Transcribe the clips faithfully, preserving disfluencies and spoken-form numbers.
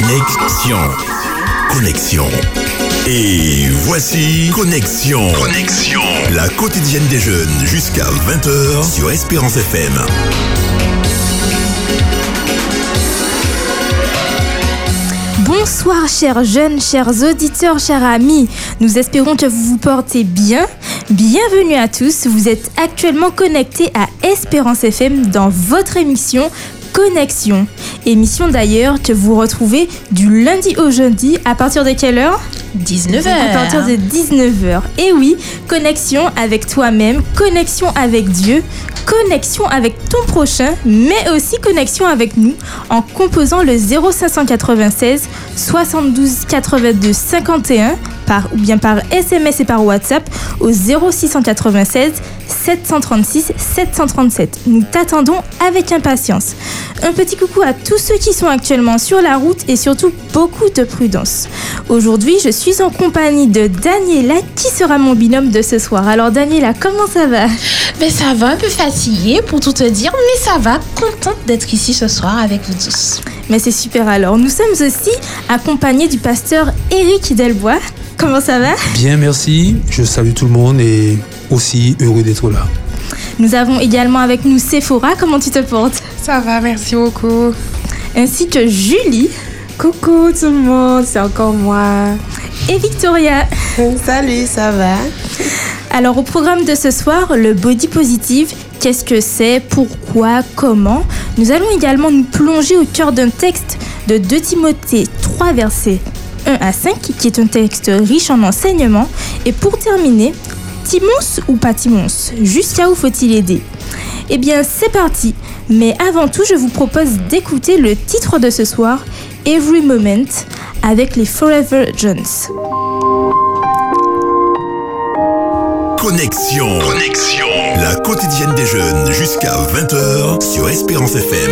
Connexion. Connexion. Et voici Connexion. Connexion. La quotidienne des jeunes jusqu'à vingt heures sur Espérance F M. Bonsoir chers jeunes, chers auditeurs, chers amis. Nous espérons que vous vous portez bien. Bienvenue à tous. Vous êtes actuellement connectés à Espérance F M dans votre émission Connexion. Émission d'ailleurs que vous retrouvez du lundi au jeudi à partir de quelle heure ? dix-neuf heures. À partir de dix-neuf heures. Et oui, connexion avec toi-même, connexion avec Dieu, connexion avec ton prochain, mais aussi connexion avec nous en composant le zéro cinq cent quatre-vingt-seize soixante-douze quatre-vingt-deux cinquante et un par, ou bien par S M S et par WhatsApp au zéro six cent quatre-vingt-seize sept cent trente-six sept cent trente-sept. Nous t'attendons avec impatience. Un petit coucou à tous ceux qui sont actuellement sur la route et surtout beaucoup de prudence. Aujourd'hui, je suis en compagnie de Daniela qui sera mon binôme de ce soir. Alors Daniela, comment ça va ? Ben ça va, un peu fatiguée pour tout te dire, mais ça va, contente d'être ici ce soir avec vous tous. Mais c'est super alors. Nous sommes aussi accompagnés du pasteur Éric Delbois. Comment ça va ? Bien, merci. Je salue tout le monde et aussi heureux d'être là. Nous avons également avec nous Sephora. Comment tu te portes ? Ça va, merci beaucoup. Ainsi que Julie. Coucou tout le monde, c'est encore moi. Et Victoria. Salut, ça va ? Alors au programme de ce soir, le body positive, qu'est-ce que c'est, pourquoi, comment ? Nous allons également nous plonger au cœur d'un texte de deux Timothée trois versets un à cinq, qui est un texte riche en enseignements. Et pour terminer, Timos ou pas Timos ? Jusqu'à où faut-il aider ? Eh bien c'est parti, mais avant tout je vous propose d'écouter le titre de ce soir, Every Moment, avec les Forever Jones. Connexion. Connexion. La quotidienne des jeunes jusqu'à vingt heures sur Espérance F M.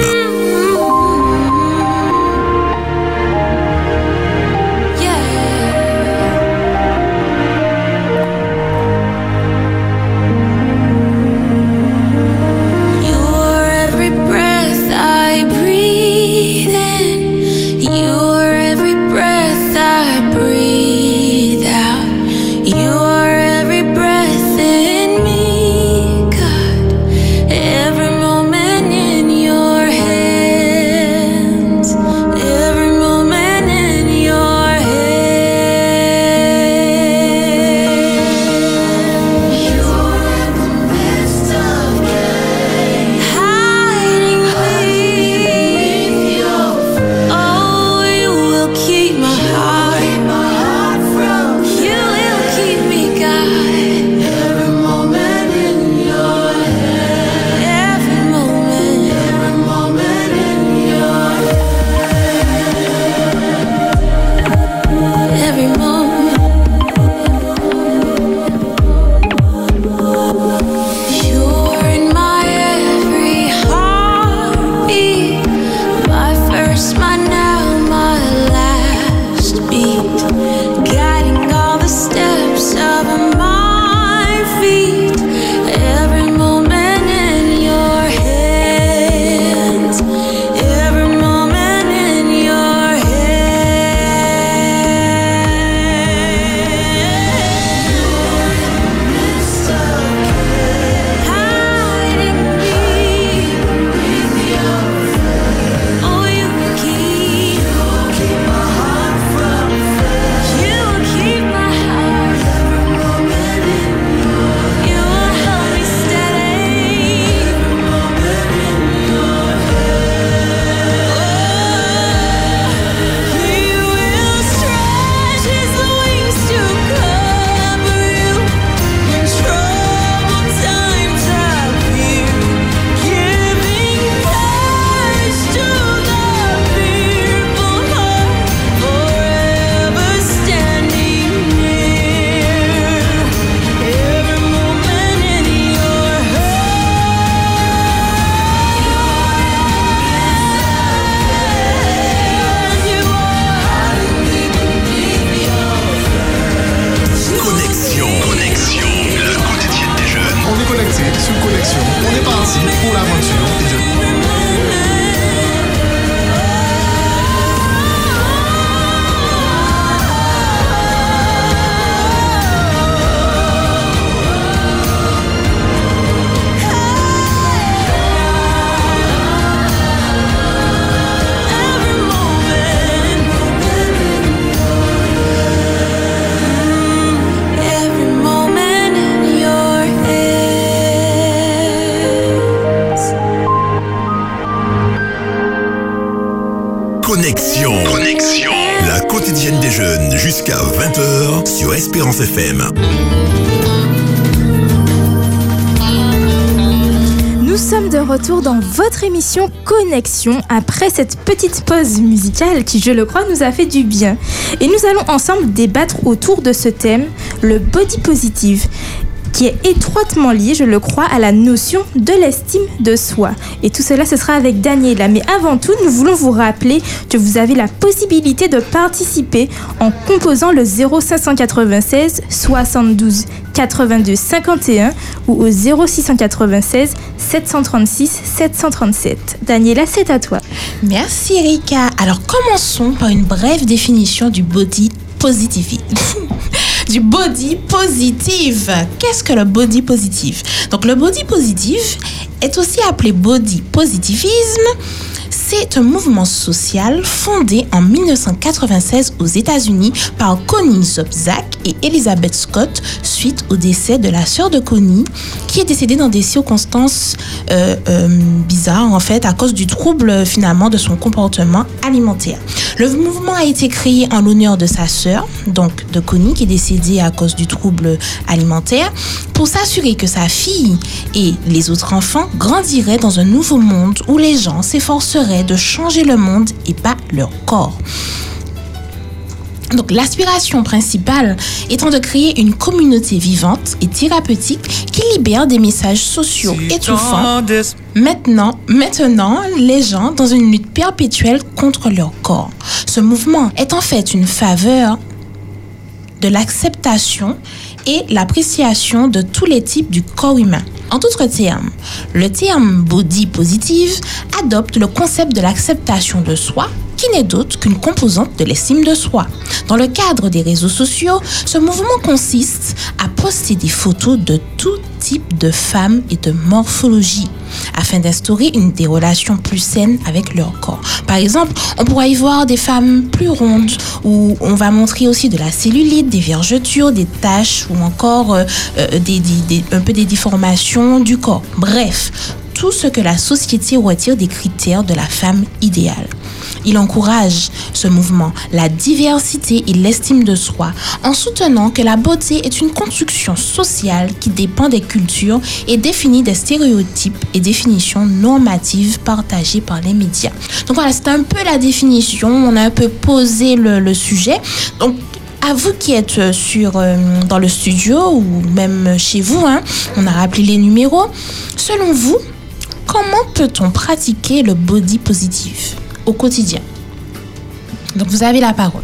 Every moment in your head. Connexion. Connexion. La quotidienne des jeunes jusqu'à vingt heures sur Espérance F M. Nous sommes de retour dans votre émission Connexion après cette petite pause musicale qui, je le crois, nous a fait du bien. Et nous allons ensemble débattre autour de ce thème, le body positive, qui est étroitement lié, je le crois, à la notion de l'estime de soi. Et tout cela, ce sera avec Daniela. Mais avant tout, nous voulons vous rappeler que vous avez la possibilité de participer en composant le zéro cinq cent quatre-vingt-seize soixante-douze quatre-vingt-deux cinquante et un ou au zéro six cent quatre-vingt-seize sept cent trente-six sept cent trente-sept. Daniela, c'est à toi. Merci Erika. Alors commençons par une brève définition du body positive. du body positive. Qu'est-ce que le body positive? Donc le body positive est aussi appelé body positivisme. C'est un mouvement social fondé en dix-neuf cent quatre-vingt-seize aux États-Unis par Connie Zobzak et Elizabeth Scott suite au décès de la sœur de Connie qui est décédée dans des circonstances euh, euh, bizarres en fait à cause du trouble finalement de son comportement alimentaire. Le mouvement a été créé en l'honneur de sa sœur, donc de Connie qui est décédée à cause du trouble alimentaire, pour s'assurer que sa fille et les autres enfants grandiraient dans un nouveau monde où les gens s'efforceraient de changer le monde et pas leur corps. Donc l'aspiration principale étant de créer une communauté vivante et thérapeutique qui libère des messages sociaux étouffants. Maintenant, maintenant, les gens dans une lutte perpétuelle contre leur corps. Ce mouvement est en fait une faveur de l'acceptation et l'appréciation de tous les types du corps humain. En d'autres termes, le terme body positive adopte le concept de l'acceptation de soi, qui n'est d'autre qu'une composante de l'estime de soi. Dans le cadre des réseaux sociaux, ce mouvement consiste à poster des photos de tout type de femmes et de morphologie, afin d'instaurer une, des relations plus saines avec leur corps. Par exemple, on pourra y voir des femmes plus rondes, où on va montrer aussi de la cellulite, des vergetures, des taches, ou encore euh, des, des, des, un peu des déformations du corps. Bref, tout ce que la société retire des critères de la femme idéale. Il encourage ce mouvement, la diversité et l'estime de soi, en soutenant que la beauté est une construction sociale qui dépend des cultures et définit des stéréotypes et définitions normatives partagées par les médias. Donc voilà, c'est un peu la définition, on a un peu posé le, le sujet. Donc, à vous qui êtes sur, euh, dans le studio ou même chez vous, hein, on a rappelé les numéros. Selon vous, comment peut-on pratiquer le body positive au quotidien? Donc vous avez la parole.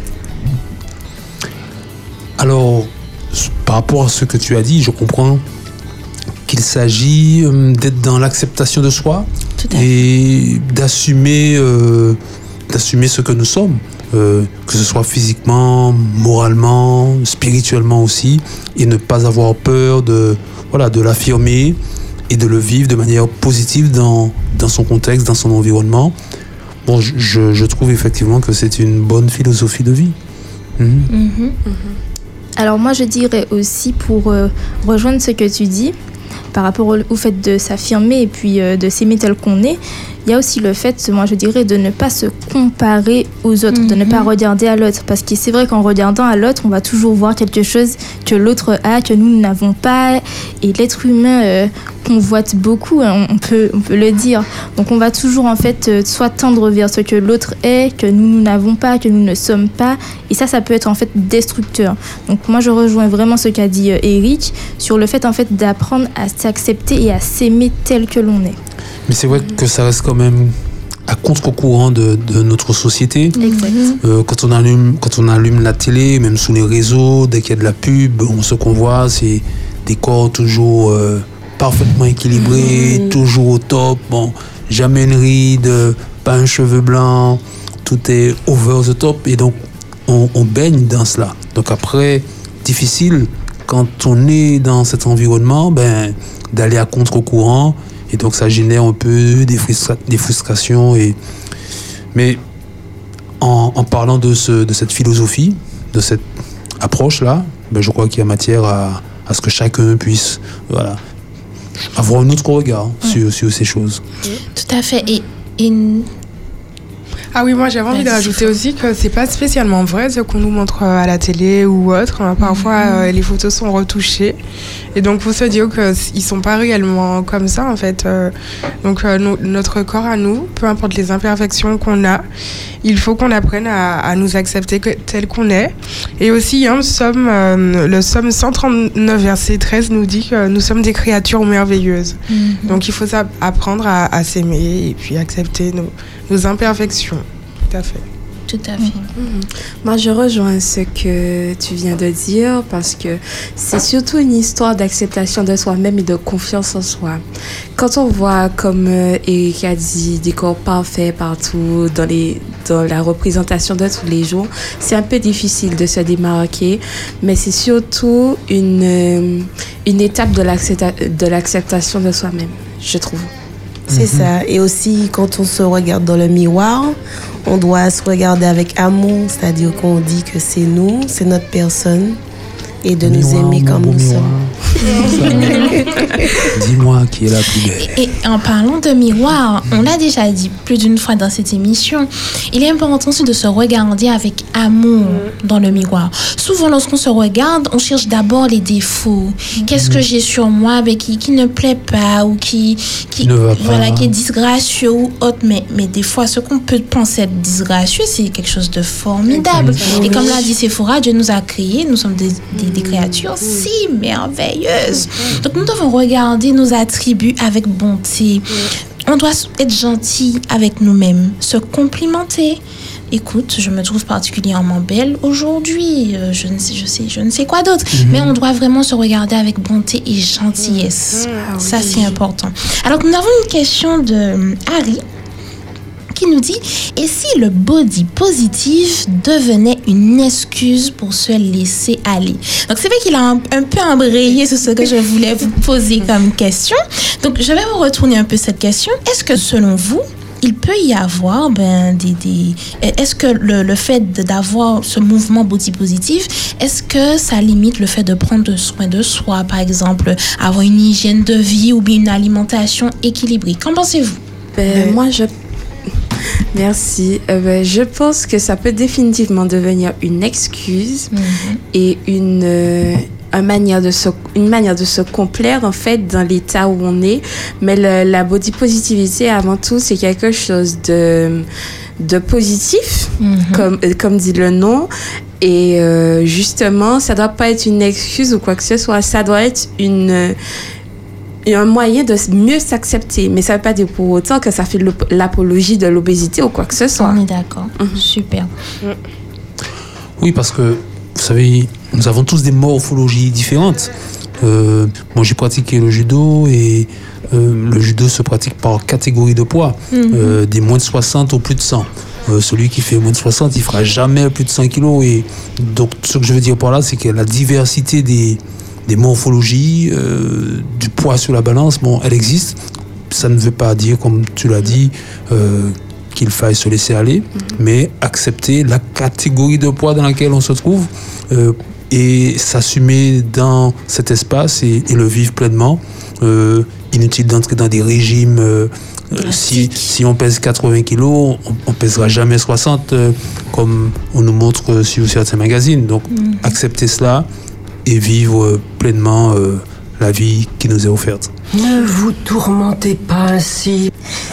Alors, par rapport à ce que tu as dit, je comprends qu'il s'agit d'être dans l'acceptation de soi et d'assumer, euh, d'assumer ce que nous sommes, euh, que ce soit physiquement, moralement, spirituellement aussi, et ne pas avoir peur de, voilà, de l'affirmer et de le vivre de manière positive dans, dans son contexte, dans son environnement. Bon, je, je trouve effectivement que c'est une bonne philosophie de vie. Mmh. Mmh. Alors moi, je dirais aussi, pour euh, rejoindre ce que tu dis, par rapport au, au fait de s'affirmer et puis euh, de s'aimer tel qu'on est, il y a aussi le fait, moi je dirais, de ne pas se comparer aux autres, mmh. de ne pas regarder à l'autre. Parce que c'est vrai qu'en regardant à l'autre, on va toujours voir quelque chose que l'autre a, que nous n'avons pas. Et l'être humain euh, convoite beaucoup, hein, on, peut, on peut le dire. Donc on va toujours en fait euh, soit tendre vers ce que l'autre est, que nous, nous n'avons pas, que nous ne sommes pas. Et ça, ça peut être en fait destructeur. Donc moi je rejoins vraiment ce qu'a dit euh, Eric sur le fait en fait d'apprendre à s'accepter et à s'aimer tel que l'on est. Mais c'est vrai que ça reste quand même à contre-courant de, de notre société. Exact. Euh, quand on allume, quand on allume la télé, même sous les réseaux, dès qu'il y a de la pub, on ce qu'on voit, c'est des corps toujours euh, parfaitement équilibrés, mmh. toujours au top. Bon, jamais une ride, pas un cheveu blanc, tout est over the top. Et donc, on, on baigne dans cela. Donc après, difficile, quand on est dans cet environnement, ben, d'aller à contre-courant. Et donc, ça génère un peu des, frustra- des frustrations. Et... Mais en, en parlant de, ce, de cette philosophie, de cette approche-là, ben, je crois qu'il y a matière à, à ce que chacun puisse voilà, avoir un autre regard ouais. sur, sur ces choses. Tout à fait. Et, et Ah oui, moi j'avais envie de rajouter aussi que c'est pas spécialement vrai ce qu'on nous montre à la télé ou autre. Parfois mm-hmm. euh, les photos sont retouchées et donc faut se dire qu'ils sont pas réellement comme ça en fait. Euh, donc euh, no- notre corps à nous, peu importe les imperfections qu'on a, il faut qu'on apprenne à, à nous accepter que, tel qu'on est. Et aussi, hein, Somme, euh, le Somme cent trente-neuf, verset treize nous dit que nous sommes des créatures merveilleuses. Mm-hmm. Donc il faut apprendre à, à s'aimer et puis accepter nos, nos imperfections. Tout à fait. Tout à fait. Mm-hmm. Moi, je rejoins ce que tu viens de dire parce que c'est surtout une histoire d'acceptation de soi-même et de confiance en soi. Quand on voit, comme euh, Eric a dit, des corps parfaits partout dans, les, dans la représentation de tous les jours, c'est un peu difficile de se démarquer, mais c'est surtout une, euh, une étape de, l'accepta- de l'acceptation de soi-même, je trouve. C'est mm-hmm. ça. Et aussi, quand on se regarde dans le miroir, on doit se regarder avec amour, c'est-à-dire qu'on dit que c'est nous, c'est notre personne, et de miroir, nous aimer comme nous miroir. sommes. Dis-moi qui est la plus belle. Et, et en parlant de miroir, on l'a déjà dit plus d'une fois dans cette émission, il est important aussi de se regarder avec amour dans le miroir. Souvent, lorsqu'on se regarde, on cherche d'abord les défauts. Mm-hmm. Qu'est-ce que j'ai sur moi ben, qui, qui ne plaît pas ou qui, qui, ne va voilà, pas. qui est disgracieux ou autre. Mais, mais des fois, ce qu'on peut penser être disgracieux, c'est quelque chose de formidable. Mm-hmm. Et comme l'a dit Sephora, Dieu nous a créés, nous sommes des, des, des créatures si merveilleuses. Donc nous devons regarder nos attributs avec bonté. On doit être gentil avec nous-mêmes, se complimenter. Écoute, je me trouve particulièrement belle aujourd'hui. Euh, je ne sais, je sais, je ne sais quoi d'autre. Mm-hmm. Mais on doit vraiment se regarder avec bonté et gentillesse. Mm-hmm. Ça, c'est important. Alors, nous avons une question de Harry qui nous dit « Et si le body positive devenait une excuse pour se laisser aller ?» Donc, c'est vrai qu'il a un, un peu embrayé sur ce que je voulais vous poser comme question. Donc, je vais vous retourner un peu cette question. Est-ce que, selon vous, il peut y avoir ben, des, des... Est-ce que le, le fait d'avoir ce mouvement body positif, est-ce que ça limite le fait de prendre soin de soi, par exemple, avoir une hygiène de vie ou bien une alimentation équilibrée? Qu'en pensez-vous? Ben, moi, je Merci. Euh, ben, je pense que ça peut définitivement devenir une excuse mm-hmm. et une, euh, une, manière de se, une manière de se complaire en fait dans l'état où on est. Mais le, la body positivité, avant tout, c'est quelque chose de, de positif, mm-hmm. comme, comme dit le nom. Et euh, justement, ça ne doit pas être une excuse ou quoi que ce soit. Ça doit être une... un moyen de mieux s'accepter, mais ça ne veut pas dire pour autant que ça fait l'apologie de l'obésité ou quoi que ce soit. On est d'accord. Mmh. Super. Oui, parce que, vous savez, nous avons tous des morphologies différentes. Euh, moi, j'ai pratiqué le judo et euh, le judo se pratique par catégorie de poids, mmh. euh, des moins de soixante au plus de cent. Euh, celui qui fait moins de soixante, il ne fera jamais plus de cent kilos. Et donc, ce que je veux dire par là, c'est que la diversité des des morphologies, euh, du poids sur la balance, bon, elle existe. Ça ne veut pas dire, comme tu l'as dit, euh, qu'il faille se laisser aller, mm-hmm. mais accepter la catégorie de poids dans laquelle on se trouve euh, et s'assumer dans cet espace et, et le vivre pleinement. Euh, inutile d'entrer dans des régimes. Euh, si, si on pèse quatre-vingts kilos, on ne pèsera jamais soixante, euh, comme on nous montre sur certains magazines. Donc, mm-hmm. accepter cela et vivre pleinement euh, la vie qui nous est offerte. Ne vous tourmentez pas ainsi.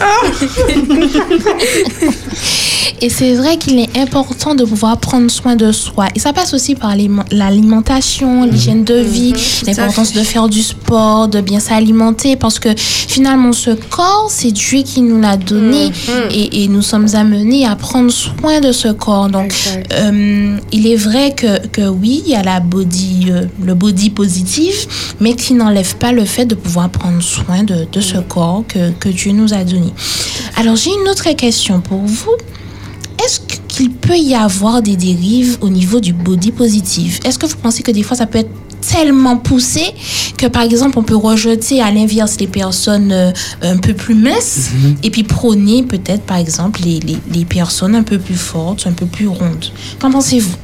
Et c'est vrai qu'il est important de pouvoir prendre soin de soi. Et ça passe aussi par l'alimentation, l'hygiène de vie, mmh, l'importance de faire du sport, de bien s'alimenter. Parce que finalement, ce corps, c'est Dieu qui nous l'a donné. Mmh. Et, et nous sommes amenés à prendre soin de ce corps. Donc, euh, il est vrai que, que oui, il y a la body, euh, le body positif, mais qui n'enlève pas le fait de pouvoir prendre soin de, de ce corps que, que Dieu nous a donné. Alors, j'ai une autre question pour vous. Est-ce qu'il peut y avoir des dérives au niveau du body positif? Est-ce que vous pensez que des fois, ça peut être tellement poussé que, par exemple, on peut rejeter à l'inverse les personnes euh, un peu plus minces mm-hmm. et puis prôner peut-être, par exemple, les, les, les personnes un peu plus fortes, un peu plus rondes? Qu'en pensez-vous?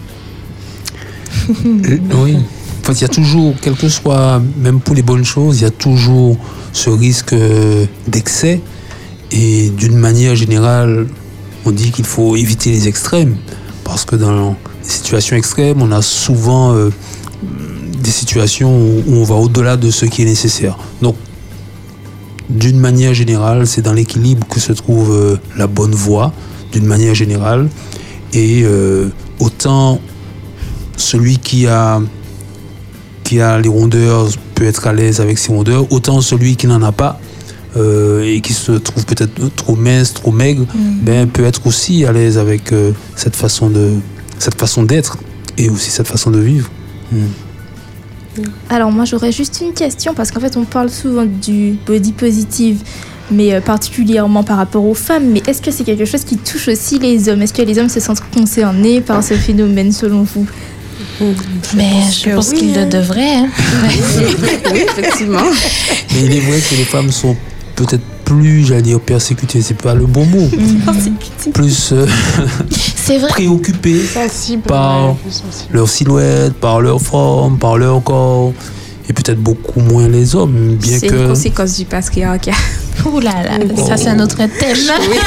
euh, Oui. En fait, il y a toujours, quel que soit, même pour les bonnes choses, il y a toujours ce risque d'excès. Et d'une manière générale, on dit qu'il faut éviter les extrêmes, parce que dans les situations extrêmes, on a souvent euh, des situations où, où on va au-delà de ce qui est nécessaire. Donc, d'une manière générale, c'est dans l'équilibre que se trouve euh, la bonne voie, d'une manière générale. Et euh, autant celui qui a, qui a les rondeurs peut être à l'aise avec ses rondeurs, autant celui qui n'en a pas euh, et qui se trouve peut-être trop mince, trop maigre, mmh. ben, peut être aussi à l'aise avec euh, cette façon de, cette façon d'être et aussi cette façon de vivre. Mmh. Alors moi j'aurais juste une question, parce qu'en fait on parle souvent du body positive, mais euh, particulièrement par rapport aux femmes, mais est-ce que c'est quelque chose qui touche aussi les hommes? Est-ce que les hommes se sentent concernés par ce phénomène selon vous? Mais je pense oui, qu'ils hein. le devraient. Hein. Oui, effectivement. Mais il est vrai que les femmes sont peut-être plus, j'allais dire persécutées, c'est pas le bon mot, mmh. plus euh, c'est vrai. préoccupées par leur silhouette, par leur forme, par leur corps, et peut-être beaucoup moins les hommes, bien c'est que... C'est une conséquence du patriarcat. Ouh là là, oh. Ça c'est un autre thème.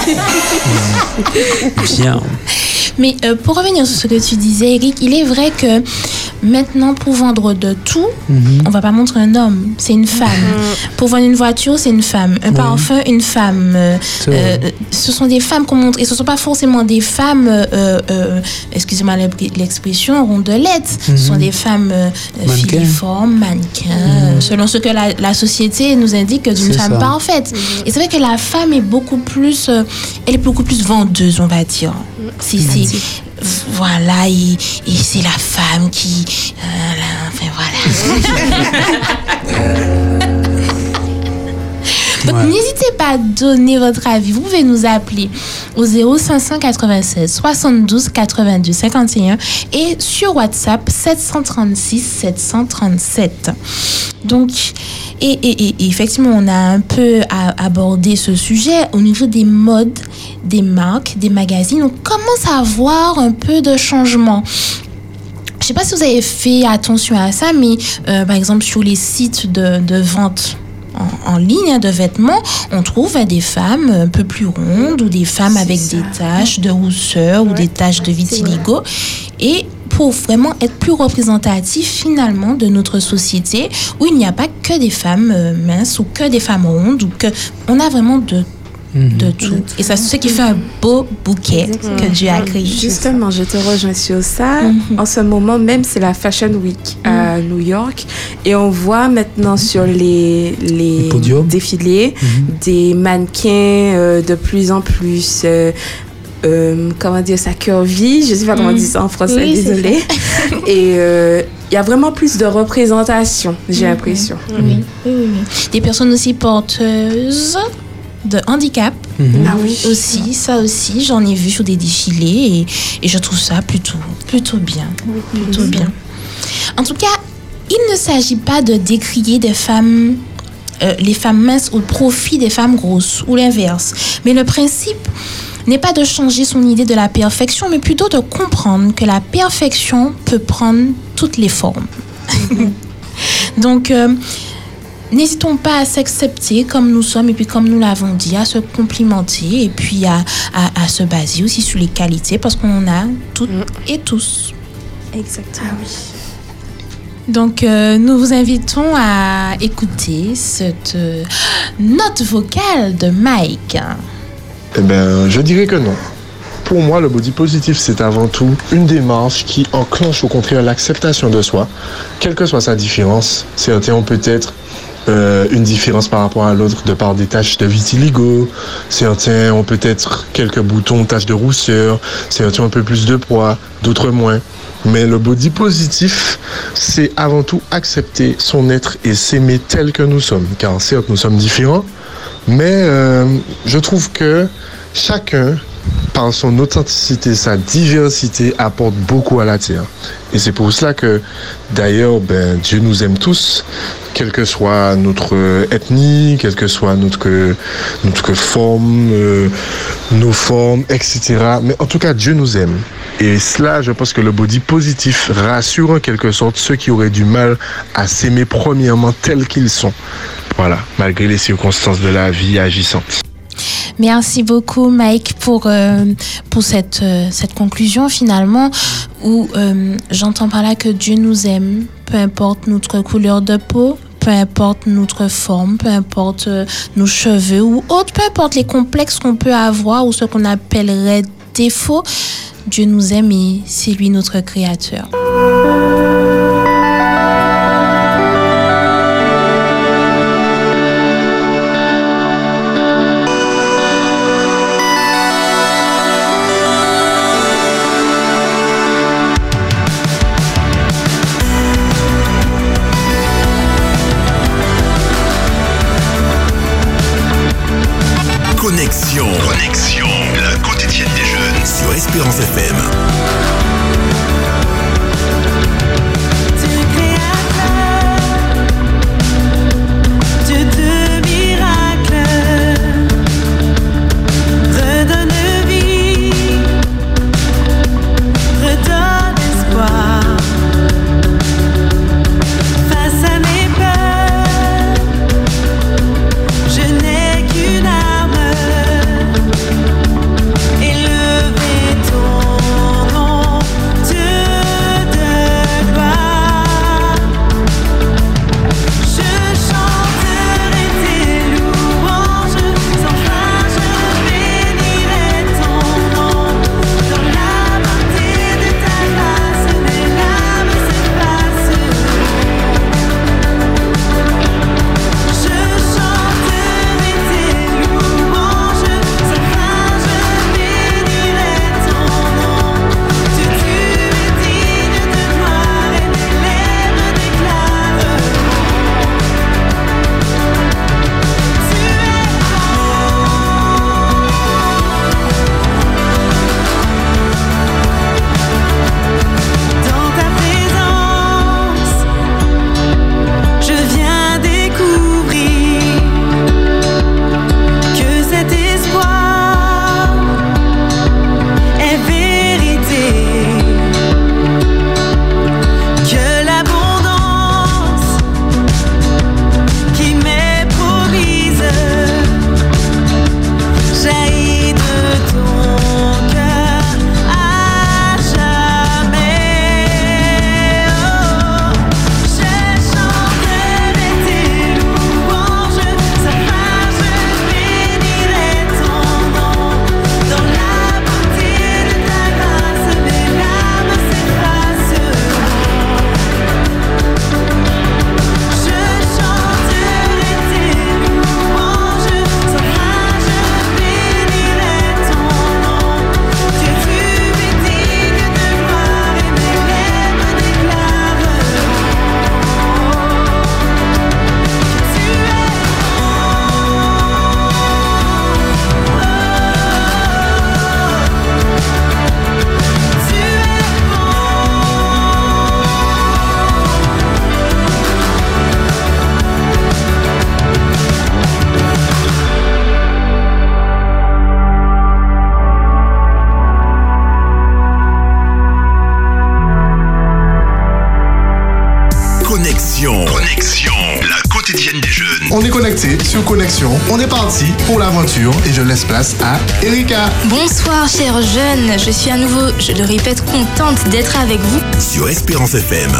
Bien. Mais euh, pour revenir sur ce que tu disais, Eric, il est vrai que maintenant, pour vendre de tout, mm-hmm. on va pas montrer un homme, c'est une femme. Mm-hmm. Pour vendre une voiture, c'est une femme. Un oui. parfum, une femme. Euh, euh, ce sont des femmes qu'on montre, et ce sont pas forcément des femmes, euh, euh, excusez-moi l'expression, rondelettes. Mm-hmm. Ce sont des femmes euh, filiformes, mannequins, mm-hmm. selon ce que la, la société nous indique d'une c'est femme ça. Parfaite. Mm-hmm. Et c'est vrai que la femme est beaucoup plus, euh, elle est beaucoup plus vendeuse, on va dire. C'est, c'est, voilà, et, et c'est la femme qui... Euh, là, enfin, voilà. Donc, ouais. N'hésitez pas à donner votre avis. Vous pouvez nous appeler au zéro cinq cent quatre-vingt-seize soixante-douze quatre-vingt-deux cinquante et un et sur WhatsApp sept cent trente-six sept cent trente-sept. Donc... Et, et, et effectivement, on a un peu à aborder ce sujet au niveau des modes, des marques, des magazines. On commence à voir un peu de changement. Je ne sais pas si vous avez fait attention à ça, mais euh, par exemple, sur les sites de, de vente en, en ligne de vêtements, on trouve des femmes un peu plus rondes ou des femmes c'est avec ça. Des taches de rousseur ouais. ou des taches de vitiligo. Et pour vraiment être plus représentatif finalement de notre société où il n'y a pas que des femmes euh, minces ou que des femmes rondes ou que on a vraiment de mmh. de tout. Et c'est ce qui fait un beau bouquet Exactement. Que Dieu a créé. Justement, je te rejoins sur ça. Mmh. En ce moment même, c'est la Fashion Week mmh. à New York et on voit maintenant sur les les défilés mmh. des mannequins euh, de plus en plus euh, Euh, comment dire ça, curvy, je sais pas comment mmh. dire ça en français, oui, désolée. Et il euh, y a vraiment plus de représentation, j'ai mmh. l'impression. Mmh. Oui. Oui, oui, oui. Des personnes aussi porteuses de handicap. Mmh. Ah oui. Aussi, ça aussi, j'en ai vu sur des défilés et, et je trouve ça plutôt, plutôt bien. Oui, plutôt mmh. bien. En tout cas, il ne s'agit pas de décrier des femmes, euh, les femmes minces au profit des femmes grosses ou l'inverse. Mais le principe n'est pas de changer son idée de la perfection, mais plutôt de comprendre que la perfection peut prendre toutes les formes. Mm-hmm. Donc, euh, n'hésitons pas à s'accepter comme nous sommes et puis comme nous l'avons dit, à se complimenter et puis à, à, à se baser aussi sur les qualités parce qu'on en a toutes mm. et tous. Exactement. Ah oui. Donc, euh, nous vous invitons à écouter cette euh, note vocale de Mike. Eh bien, je dirais que non. Pour moi, le body positive, c'est avant tout une démarche qui enclenche au contraire l'acceptation de soi, quelle que soit sa différence. Certains ont peut-être euh, une différence par rapport à l'autre de par des taches de vitiligo, certains ont peut-être quelques boutons, taches de rousseur, certains ont un peu plus de poids, d'autres moins. Mais le body positif, c'est avant tout accepter son être et s'aimer tel que nous sommes. Car certes, nous sommes différents, mais euh, je trouve que chacun, par son authenticité, sa diversité, apporte beaucoup à la terre. Et c'est pour cela que, d'ailleurs, ben, Dieu nous aime tous, quelle que soit notre ethnie, quelle que soit notre, notre forme, euh, nos formes, et cetera. Mais en tout cas, Dieu nous aime. Et cela, je pense que le body positif rassure en quelque sorte ceux qui auraient du mal à s'aimer premièrement tels qu'ils sont. Voilà, malgré les circonstances de la vie agissantes. Merci beaucoup, Mike, pour, euh, pour cette, euh, cette conclusion, finalement, où euh, j'entends par là que Dieu nous aime, peu importe notre couleur de peau, peu importe notre forme, peu importe euh, nos cheveux ou autre, peu importe les complexes qu'on peut avoir ou ce qu'on appellerait défauts, Dieu nous aime et c'est lui notre créateur. Connexion. Connexion. La quotidienne des jeunes sur Espérance F M. Connexion. Connexion. La quotidienne des jeunes. On est connecté sur Connexion. On est parti pour l'aventure et je laisse place à Erika. Bonsoir chers jeunes. Je suis à nouveau, je le répète, contente d'être avec vous. Sur Espérance F M.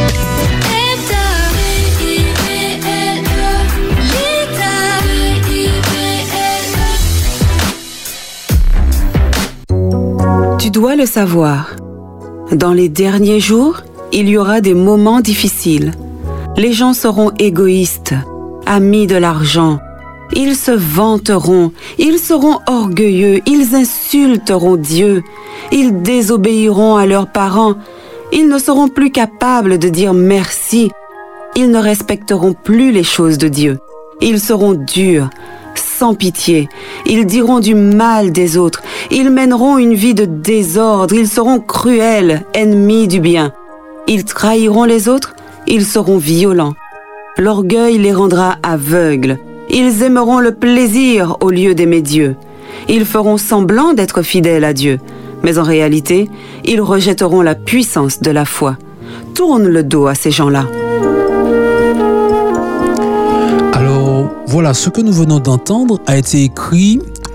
Tu dois le savoir. Dans les derniers jours, il y aura des moments difficiles. Les gens seront égoïstes, amis de l'argent. Ils se vanteront, ils seront orgueilleux, ils insulteront Dieu. Ils désobéiront à leurs parents. Ils ne seront plus capables de dire merci. Ils ne respecteront plus les choses de Dieu. Ils seront durs, sans pitié. Ils diront du mal des autres. Ils mèneront une vie de désordre. Ils seront cruels, ennemis du bien. Ils trahiront les autres. Ils seront violents. L'orgueil les rendra aveugles. Ils aimeront le plaisir au lieu d'aimer Dieu. Ils feront semblant d'être fidèles à Dieu. Mais en réalité, ils rejetteront la puissance de la foi. Tourne le dos à ces gens-là. Alors, voilà, ce que nous venons d'entendre a été écrit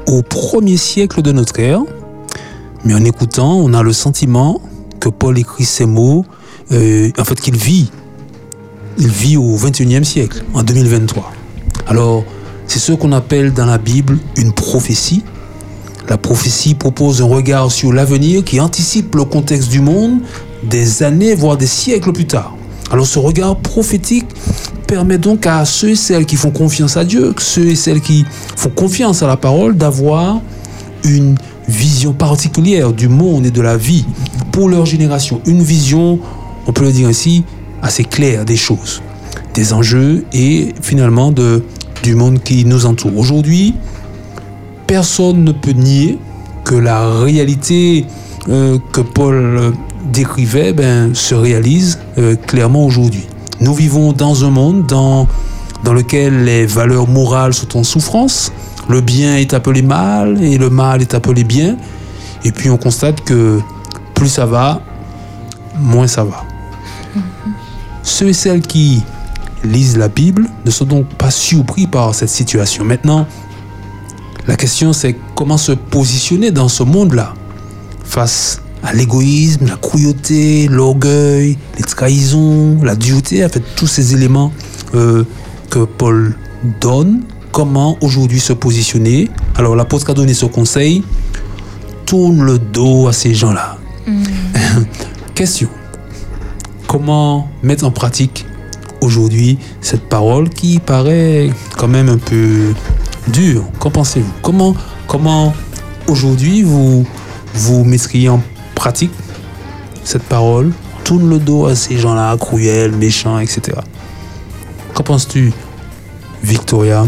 au premier siècle de notre ère. Mais en écoutant, on a le sentiment que Paul écrit ces mots, euh, en fait qu'il vit. Il vit au vingt et unième siècle, en deux mille vingt-trois. Alors, c'est ce qu'on appelle dans la Bible une prophétie. La prophétie propose un regard sur l'avenir qui anticipe le contexte du monde des années, voire des siècles plus tard. Alors ce regard prophétique permet donc à ceux et celles qui font confiance à Dieu, ceux et celles qui font confiance à la parole, d'avoir une vision particulière du monde et de la vie pour leur génération. Une vision, on peut le dire ainsi, assez claire des choses, des enjeux et finalement de, du monde qui nous entoure. Aujourd'hui, personne ne peut nier que la réalité euh, que Paul euh, décrivait ben, se réalise euh, clairement aujourd'hui. Nous vivons dans un monde dans, dans lequel les valeurs morales sont en souffrance, le bien est appelé mal et le mal est appelé bien, et puis on constate que plus ça va, moins ça va. Mm-hmm. Ceux et celles qui lisent la Bible ne sont donc pas surpris par cette situation. Maintenant, la question, c'est comment se positionner dans ce monde-là face à l'égoïsme, la cruauté, l'orgueil, les trahisons, la dureté, en fait, tous ces éléments euh, que Paul donne. Comment aujourd'hui se positionner? Alors, l'apôtre a donné ce conseil, tourne le dos à ces gens-là. Mmh. Question, comment mettre en pratique aujourd'hui cette parole qui paraît quand même un peu dur? Qu'en pensez-vous? Comment, comment aujourd'hui vous, vous mettriez en pratique cette parole? Tourne le dos à ces gens-là, cruels, méchants, et cetera. Qu'en penses-tu, Victoria?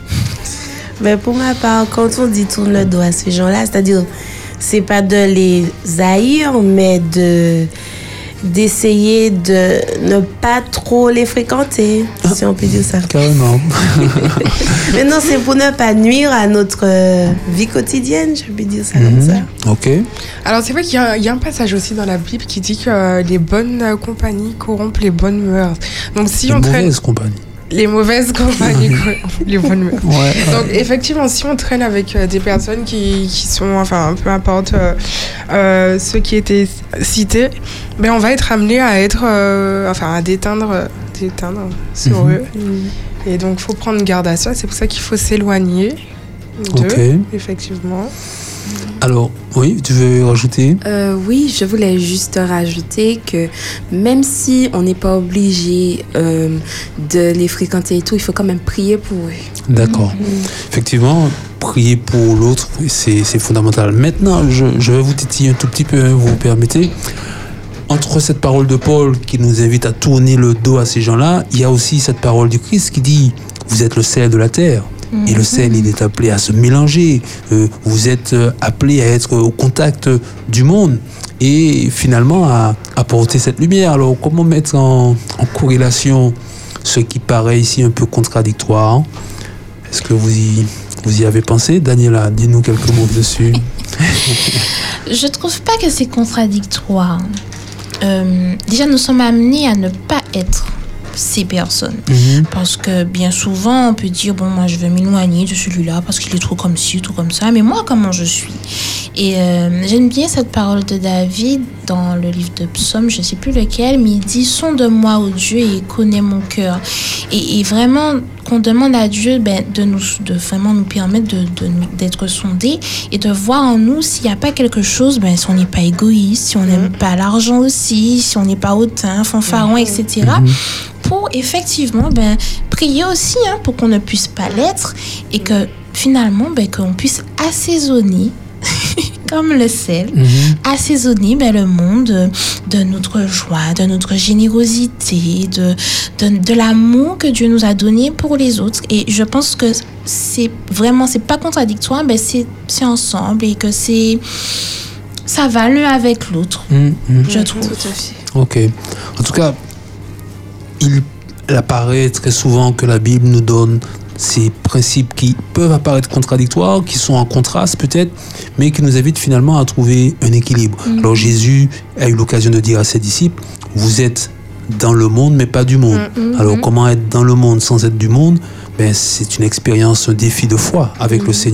Ben pour ma part, quand on dit tourne le dos à ces gens-là, c'est-à-dire, c'est pas de les haïr, mais de d'essayer de ne pas trop les fréquenter, ah, si on peut dire ça. Carrément. Mais non, c'est pour ne pas nuire à notre vie quotidienne, je peux dire ça mm-hmm. comme ça. Ok. Alors c'est vrai qu'il y a, il y a un passage aussi dans la Bible qui dit que les bonnes compagnies corrompent les bonnes mœurs. Donc si les on traîne... mauvaises compagnies. Les mauvaises compagnies, les bonnes mœurs. Ouais, ouais. Donc effectivement, si on traîne avec euh, des personnes qui, qui sont, enfin, peu importe euh, euh, ceux qui étaient cités, ben on va être amené à être, euh, enfin, à déteindre, déteindre sur mm-hmm. eux. Mm-hmm. Et donc, il faut prendre garde à ça. C'est pour ça qu'il faut s'éloigner d'eux, okay. effectivement. Alors, oui, tu veux rajouter? euh, Oui, je voulais juste rajouter que même si on n'est pas obligé euh, de les fréquenter et tout, il faut quand même prier pour eux. D'accord. Mmh. Effectivement, prier pour l'autre, c'est, c'est fondamental. Maintenant, je, je vais vous titiller un tout petit peu, vous vous permettez. Entre cette parole de Paul qui nous invite à tourner le dos à ces gens-là, il y a aussi cette parole du Christ qui dit « Vous êtes le sel de la terre ». Et le sel, il est appelé à se mélanger. Euh, vous êtes euh, appelé à être au contact du monde et finalement à apporter cette lumière. Alors, comment mettre en, en corrélation ce qui paraît ici un peu contradictoire? Est-ce que vous y, vous y avez pensé? Daniela, dis-nous quelques mots dessus. Je trouve pas que c'est contradictoire. Euh, déjà, nous sommes amenés à ne pas être ces personnes. Mmh. Parce que bien souvent, on peut dire, bon, moi, je veux m'éloigner de celui-là parce qu'il est trop comme ci, trop comme ça. Mais moi, comment je suis? Et euh, j'aime bien cette parole de David dans le livre de Psaume, je ne sais plus lequel, mais il dit, sonde-moi, ô Dieu, et connais mon cœur. Et, et vraiment, qu'on demande à Dieu ben, de, nous, de vraiment nous permettre de, de, d'être sondés et de voir en nous s'il n'y a pas quelque chose, ben, si on n'est pas égoïste, si on n'aime mmh. pas l'argent aussi, si on n'est pas hautain, fanfaron, mmh. et cetera. Mmh. Pour effectivement ben, prier aussi hein, pour qu'on ne puisse pas l'être et que finalement ben, qu'on puisse assaisonner comme le sel, mm-hmm. assaisonner ben, le monde de notre joie, de notre générosité, de, de, de l'amour que Dieu nous a donné pour les autres. Et je pense que c'est vraiment, c'est pas contradictoire, ben c'est, c'est ensemble et que c'est, ça va l'un avec l'autre, mm-hmm. je trouve. Tout à fait. Ok. En tout cas, il apparaît très souvent que la Bible nous donne ces principes qui peuvent apparaître contradictoires, qui sont en contraste peut-être, mais qui nous invitent finalement à trouver un équilibre. Mmh. Alors Jésus a eu l'occasion de dire à ses disciples, vous êtes dans le monde mais pas du monde. Mmh. Alors comment être dans le monde sans être du monde? Ben, c'est une expérience, un défi de foi avec mmh. le Seigneur.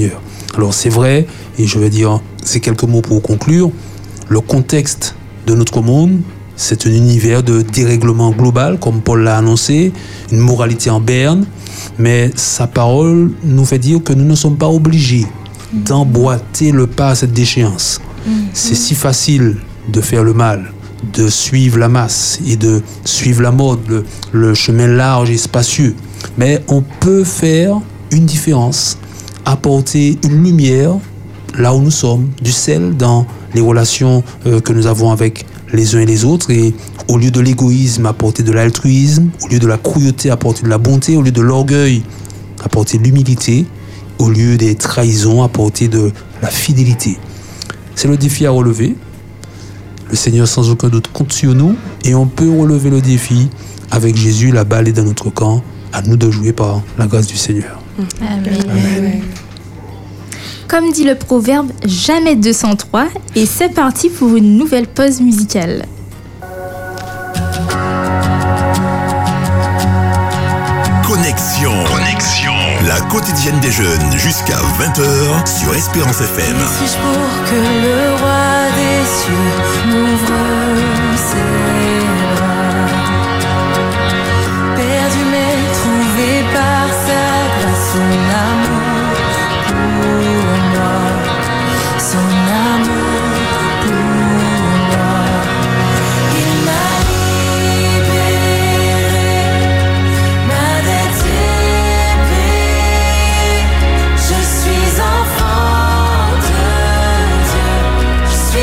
Alors c'est vrai, et je vais dire ces quelques mots pour conclure, le contexte de notre monde, c'est un univers de dérèglement global, comme Paul l'a annoncé, une moralité en berne, mais sa parole nous fait dire que nous ne sommes pas obligés d'emboîter le pas à cette déchéance. C'est si facile de faire le mal, de suivre la masse et de suivre la mode, le, le chemin large et spacieux. Mais on peut faire une différence, apporter une lumière là où nous sommes, du sel dans les relations euh, que nous avons avec les uns et les autres, et au lieu de l'égoïsme, apporter de l'altruisme, au lieu de la cruauté, apporter de la bonté, au lieu de l'orgueil, apporter de l'humilité, au lieu des trahisons, apporter de la fidélité. C'est le défi à relever. Le Seigneur sans aucun doute compte sur nous, et on peut relever le défi avec Jésus, la balle est dans notre camp, à nous de jouer par la grâce du Seigneur. Amen. Amen. Comme dit le proverbe, jamais deux cent trois, et c'est parti pour une nouvelle pause musicale. Connexion. Connexion. La quotidienne des jeunes jusqu'à vingt heures sur Espérance F M. Qui suis-je pour que le roi des cieux m'ouvre ses bras? Perdu mais trouvé par sa grâce, son amour pour moi, son amour pour moi. Il m'a libéré, ma dette est payée. Je suis enfant de Dieu, je suis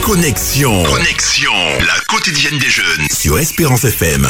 Connexion. Connexion. La quotidienne des jeunes sur Espérance F M.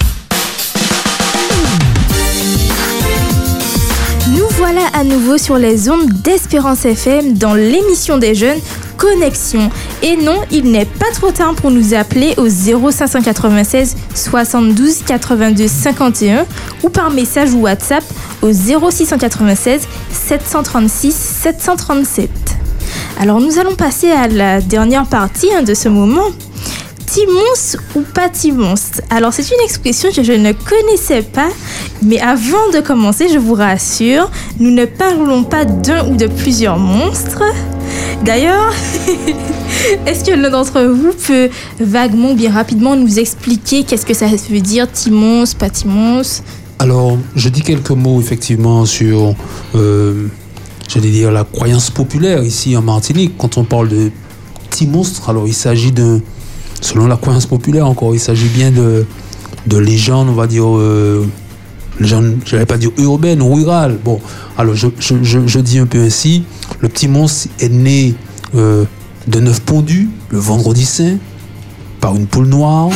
Nous voilà à nouveau sur les ondes d'Espérance F M dans l'émission des jeunes Connexion. Et non, il n'est pas trop tard pour nous appeler au zéro cinq cent quatre-vingt-seize soixante-douze quatre-vingt-deux cinquante et un ou par message ou WhatsApp au zéro six cent quatre-vingt-seize sept cent trente-six sept cent trente-sept. Alors nous allons passer à la dernière partie hein, de ce moment. Timons ou pas Timons? Alors c'est une expression que je ne connaissais pas, mais avant de commencer, je vous rassure, nous ne parlons pas d'un ou de plusieurs monstres. D'ailleurs, est-ce que l'un d'entre vous peut vaguement ou bien rapidement nous expliquer qu'est-ce que ça veut dire Timons, pas Timons? Alors, je dis quelques mots effectivement sur, euh, j'allais dire, la croyance populaire ici en Martinique. Quand on parle de petits monstres, alors il s'agit d'un, selon la croyance populaire encore, il s'agit bien de, de légendes, on va dire, euh, légendes, je n'allais pas dire urbaines ou rurales. Bon, alors je, je, je, je dis un peu ainsi, le petit monstre est né euh, d'un œuf pondu le vendredi saint par une poule noire,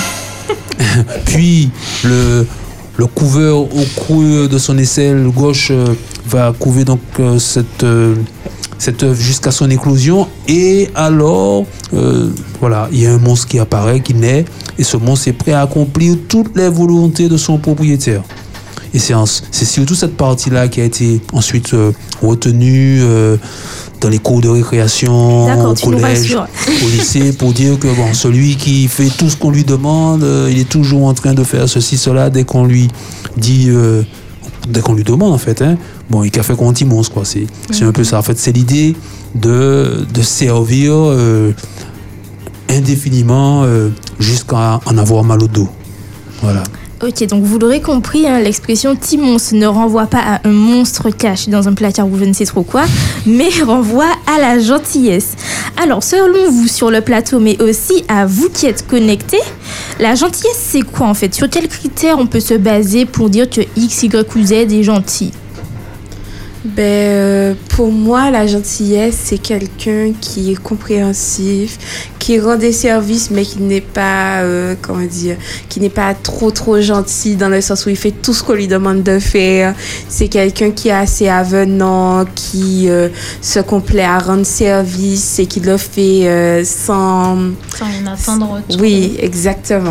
puis le... Le couveur au creux de son aisselle gauche euh, va couver donc euh, cette, euh, cet œuf jusqu'à son éclosion. Et alors, euh, voilà, il y a un monstre qui apparaît, qui naît. Et ce monstre est prêt à accomplir toutes les volontés de son propriétaire. Et c'est, c'est surtout cette partie-là qui a été ensuite euh, retenue euh, dans les cours de récréation, D'accord, au collège, au lycée, pour dire que bon, celui qui fait tout ce qu'on lui demande, euh, il est toujours en train de faire ceci, cela, dès qu'on lui dit, euh, dès qu'on lui demande en fait, hein, bon, il a fait qu'on monstre, quoi. C'est, c'est un peu ça. En fait, c'est l'idée de, de servir euh, indéfiniment euh, jusqu'à en avoir mal au dos. Voilà. Ok, donc vous l'aurez compris, hein, l'expression Timons ne renvoie pas à un monstre caché dans un placard ou je ne sais trop quoi, mais renvoie à la gentillesse. Alors, selon vous sur le plateau, mais aussi à vous qui êtes connectés, la gentillesse, c'est quoi en fait? Sur quels critères on peut se baser pour dire que X, Y ou Z est gentil? Ben, euh, pour moi, la gentillesse, c'est quelqu'un qui est compréhensif, qui rend des services, mais qui n'est pas, euh, comment dire, qui n'est pas trop, trop gentil dans le sens où il fait tout ce qu'on lui demande de faire. C'est quelqu'un qui est assez avenant, qui euh, se complaît à rendre service et qui le fait euh, sans... Sans rien attendre retour. Oui, exactement.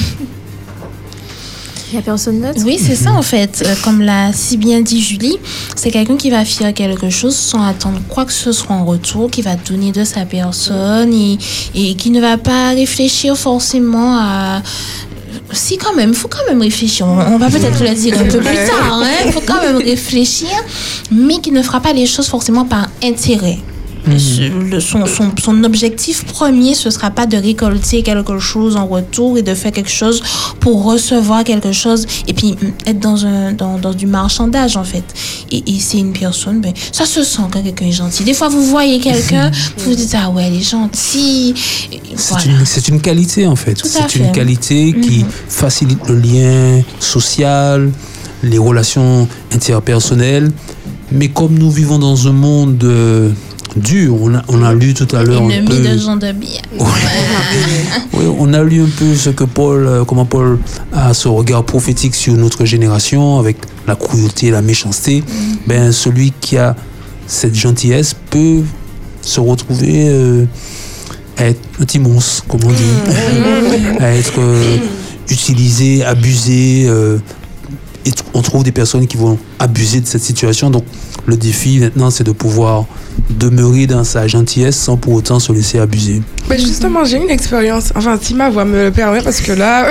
Il n'y a personne d'autre? Oui, c'est ça en fait. Euh, comme l'a si bien dit Julie, c'est quelqu'un qui va faire quelque chose sans attendre quoi que ce soit en retour, qui va donner de sa personne et, et qui ne va pas réfléchir forcément à... Si, quand même, il faut quand même réfléchir. On, on va peut-être le dire un peu plus tard. Il hein? faut quand même réfléchir, mais qui ne fera pas les choses forcément par intérêt. Mmh. Le, son, son, son objectif premier, ce ne sera pas de récolter quelque chose en retour et de faire quelque chose pour recevoir quelque chose et puis être dans, un, dans, dans du marchandage en fait. Et, et c'est une personne, ben, ça se sent quand quelqu'un est gentil. Des fois, vous voyez quelqu'un, vous vous dites, ah ouais, elle est gentille. C'est, voilà. une, c'est une qualité en fait. Tout c'est fait. une qualité qui mmh. facilite le lien social, les relations interpersonnelles. Mais comme nous vivons dans un monde... Euh, dur, on a, on a lu tout à l'heure un peu... de gens de bien. Ouais. Oui, on a lu un peu ce que Paul, euh, comment Paul a ce regard prophétique sur notre génération avec la cruauté et la méchanceté. Mm. Ben, celui qui a cette gentillesse peut se retrouver euh, à être un petit monstre, comme on dit, mm. à être euh, utilisé, abusé. Euh, et on trouve des personnes qui vont abuser de cette situation. Donc, le défi maintenant, c'est de pouvoir demeurer dans sa gentillesse sans pour autant se laisser abuser. Mais justement, j'ai une expérience, enfin si ma voix me le permet, parce que là...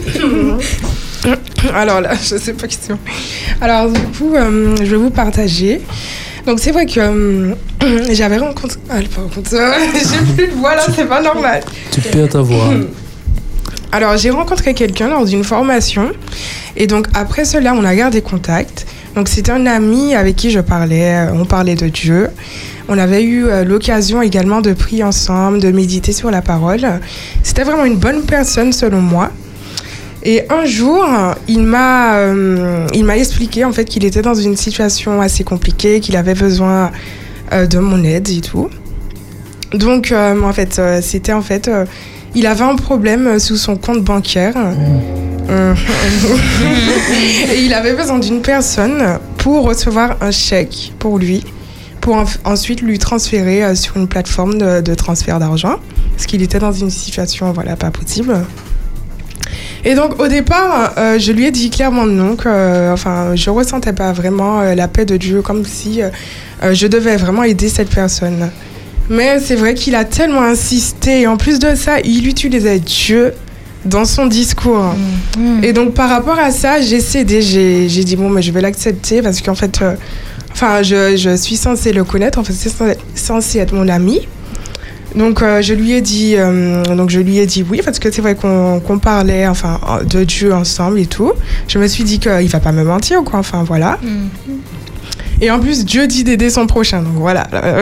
Alors là, je sais pas question. Alors du coup, euh, je vais vous partager. Donc c'est vrai que euh, j'avais rencontré... Ah, par contre, euh, j'ai plus de voix là, c'est pas normal. Tu perds ta voix. Alors j'ai rencontré quelqu'un lors d'une formation. Et donc après cela, on a gardé contact. Donc c'était un ami avec qui je parlais, on parlait de Dieu. On avait eu euh, l'occasion également de prier ensemble, de méditer sur la parole. C'était vraiment une bonne personne selon moi. Et un jour, il m'a, euh, il m'a expliqué en fait qu'il était dans une situation assez compliquée, qu'il avait besoin euh, de mon aide et tout. Donc, euh, en fait, euh, c'était en fait, euh, il avait un problème sous son compte bancaire. Mmh. Et il avait besoin d'une personne pour recevoir un chèque pour lui, pour en- ensuite lui transférer euh, sur une plateforme de, de transfert d'argent, parce qu'il était dans une situation, voilà, pas possible. Et donc, au départ, euh, je lui ai dit clairement non, que euh, enfin, je ressentais pas vraiment euh, la paix de Dieu, comme si euh, euh, je devais vraiment aider cette personne. Mais c'est vrai qu'il a tellement insisté, et en plus de ça, il utilisait Dieu dans son discours. Mmh. Et donc, par rapport à ça, j'ai cédé, j'ai, j'ai dit, bon, mais je vais l'accepter, parce qu'en fait, euh, enfin, je, je suis censée le connaître, en fait, c'est censé, censé être mon ami. Donc euh, je lui ai dit, euh, donc je lui ai dit oui, parce que c'est vrai qu'on, qu'on parlait, enfin, de Dieu ensemble et tout. Je me suis dit qu'il va pas me mentir, quoi. Enfin voilà. Mm. Et en plus, Dieu dit d'aider son prochain, donc voilà.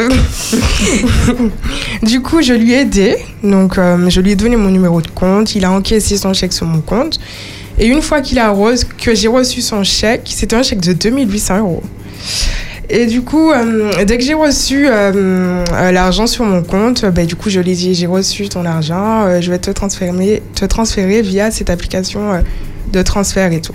Du coup, je lui ai aidé. Donc euh, je lui ai donné mon numéro de compte. Il a encaissé son chèque sur mon compte. Et une fois qu'il a re- que j'ai reçu son chèque, c'était un chèque de deux mille huit cents euros. Et du coup, euh, dès que j'ai reçu euh, euh, l'argent sur mon compte, euh, bah, du coup, je lui ai dit, j'ai reçu ton argent, euh, je vais te transférer, te transférer via cette application euh, de transfert et tout.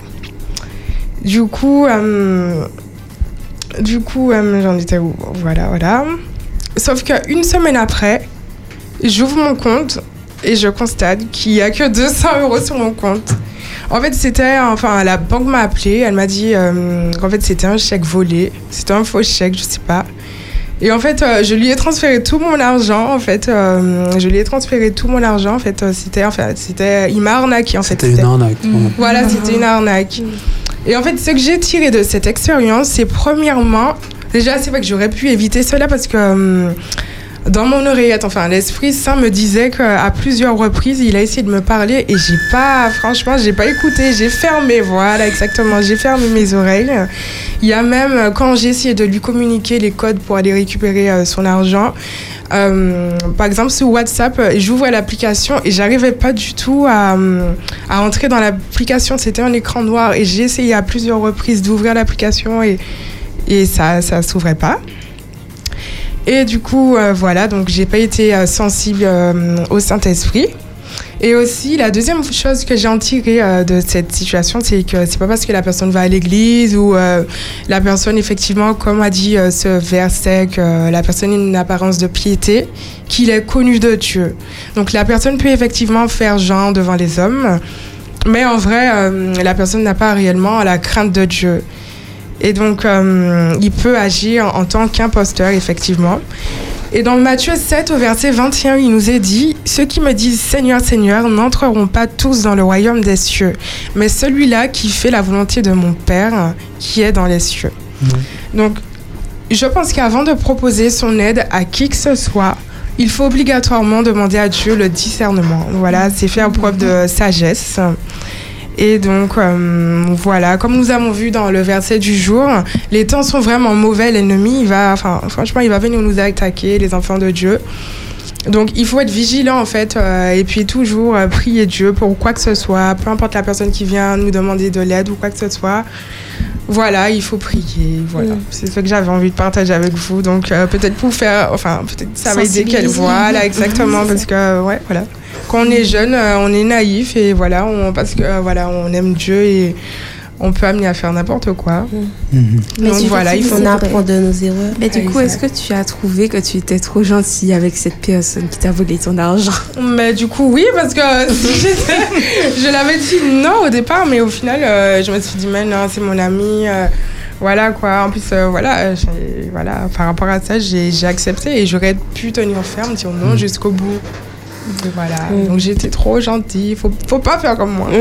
Du coup, euh, du coup euh, j'en étais où ? Voilà, voilà. Sauf qu'une semaine après, j'ouvre mon compte et je constate qu'il n'y a que deux cents euros sur mon compte. En fait, c'était, enfin, la banque m'a appelé, elle m'a dit euh, qu'en fait, c'était un chèque volé, c'était un faux chèque, je sais pas. Et en fait, euh, je lui ai transféré tout mon argent, en fait, euh, je lui ai transféré tout mon argent, en fait, euh, c'était, enfin, c'était, il m'a arnaqué, en fait. C'était, c'était une arnaque. Mmh. Voilà, c'était une arnaque. Mmh. Et en fait, ce que j'ai tiré de cette expérience, c'est premièrement, déjà, c'est vrai que j'aurais pu éviter cela parce que... Euh, dans mon oreillette, enfin, l'Esprit Saint me disait qu'à plusieurs reprises, il a essayé de me parler et j'ai pas, franchement, j'ai pas écouté, j'ai fermé, voilà, exactement, j'ai fermé mes oreilles. Il y a même, quand j'ai essayé de lui communiquer les codes pour aller récupérer euh, son argent, euh, par exemple, sur WhatsApp, j'ouvrais l'application et j'arrivais pas du tout à, à entrer dans l'application, c'était un écran noir et j'ai essayé à plusieurs reprises d'ouvrir l'application et, et ça, ça s'ouvrait pas. Et du coup, euh, voilà, donc j'ai pas été euh, sensible euh, au Saint-Esprit. Et aussi, la deuxième chose que j'ai en tiré euh, de cette situation, c'est que c'est pas parce que la personne va à l'église ou euh, la personne, effectivement, comme a dit euh, ce verset, que euh, la personne a une apparence de piété, qu'il est connu de Dieu. Donc la personne peut effectivement faire genre devant les hommes, mais en vrai, euh, la personne n'a pas réellement la crainte de Dieu. Et donc, euh, il peut agir en tant qu'imposteur, effectivement. Et dans Matthieu sept, au verset vingt et un, il nous est dit « Ceux qui me disent « Seigneur, Seigneur » n'entreront pas tous dans le royaume des cieux, mais celui-là qui fait la volonté de mon Père qui est dans les cieux. Mmh. » Donc, je pense qu'avant de proposer son aide à qui que ce soit, il faut obligatoirement demander à Dieu le discernement. Voilà, c'est faire preuve de sagesse. Et donc, euh, voilà, comme nous avons vu dans le verset du jour, les temps sont vraiment mauvais, l'ennemi, il va, enfin, franchement, il va venir nous attaquer, les enfants de Dieu. Donc, il faut être vigilant, en fait, euh, et puis toujours euh, prier Dieu pour quoi que ce soit, peu importe la personne qui vient nous demander de l'aide ou quoi que ce soit. Voilà, il faut prier, voilà. Mmh. C'est ce que j'avais envie de partager avec vous, donc euh, peut-être pour faire, enfin, peut-être ça va aider qu'elle voit, là, exactement, mmh, parce que, ouais, voilà. Quand on est jeune, euh, on est naïf, et voilà, on, parce que, euh, voilà, on aime Dieu, et on peut amener à faire n'importe quoi. Mmh. Mais donc voilà, il faut on apprend de nos erreurs. Mais du coup, exact. Est-ce que tu as trouvé que tu étais trop gentille avec cette personne qui t'a volé ton argent? Mais du coup, oui, parce que si j'étais, je l'avais dit non au départ, mais au final, euh, je me suis dit, mais non, c'est mon ami. Euh, voilà quoi. En plus, euh, voilà, j'ai, voilà, par rapport à ça, j'ai, j'ai accepté et j'aurais pu tenir ferme, dire non jusqu'au bout. Et voilà, mmh. Donc j'étais trop gentille, faut, faut pas faire comme moi.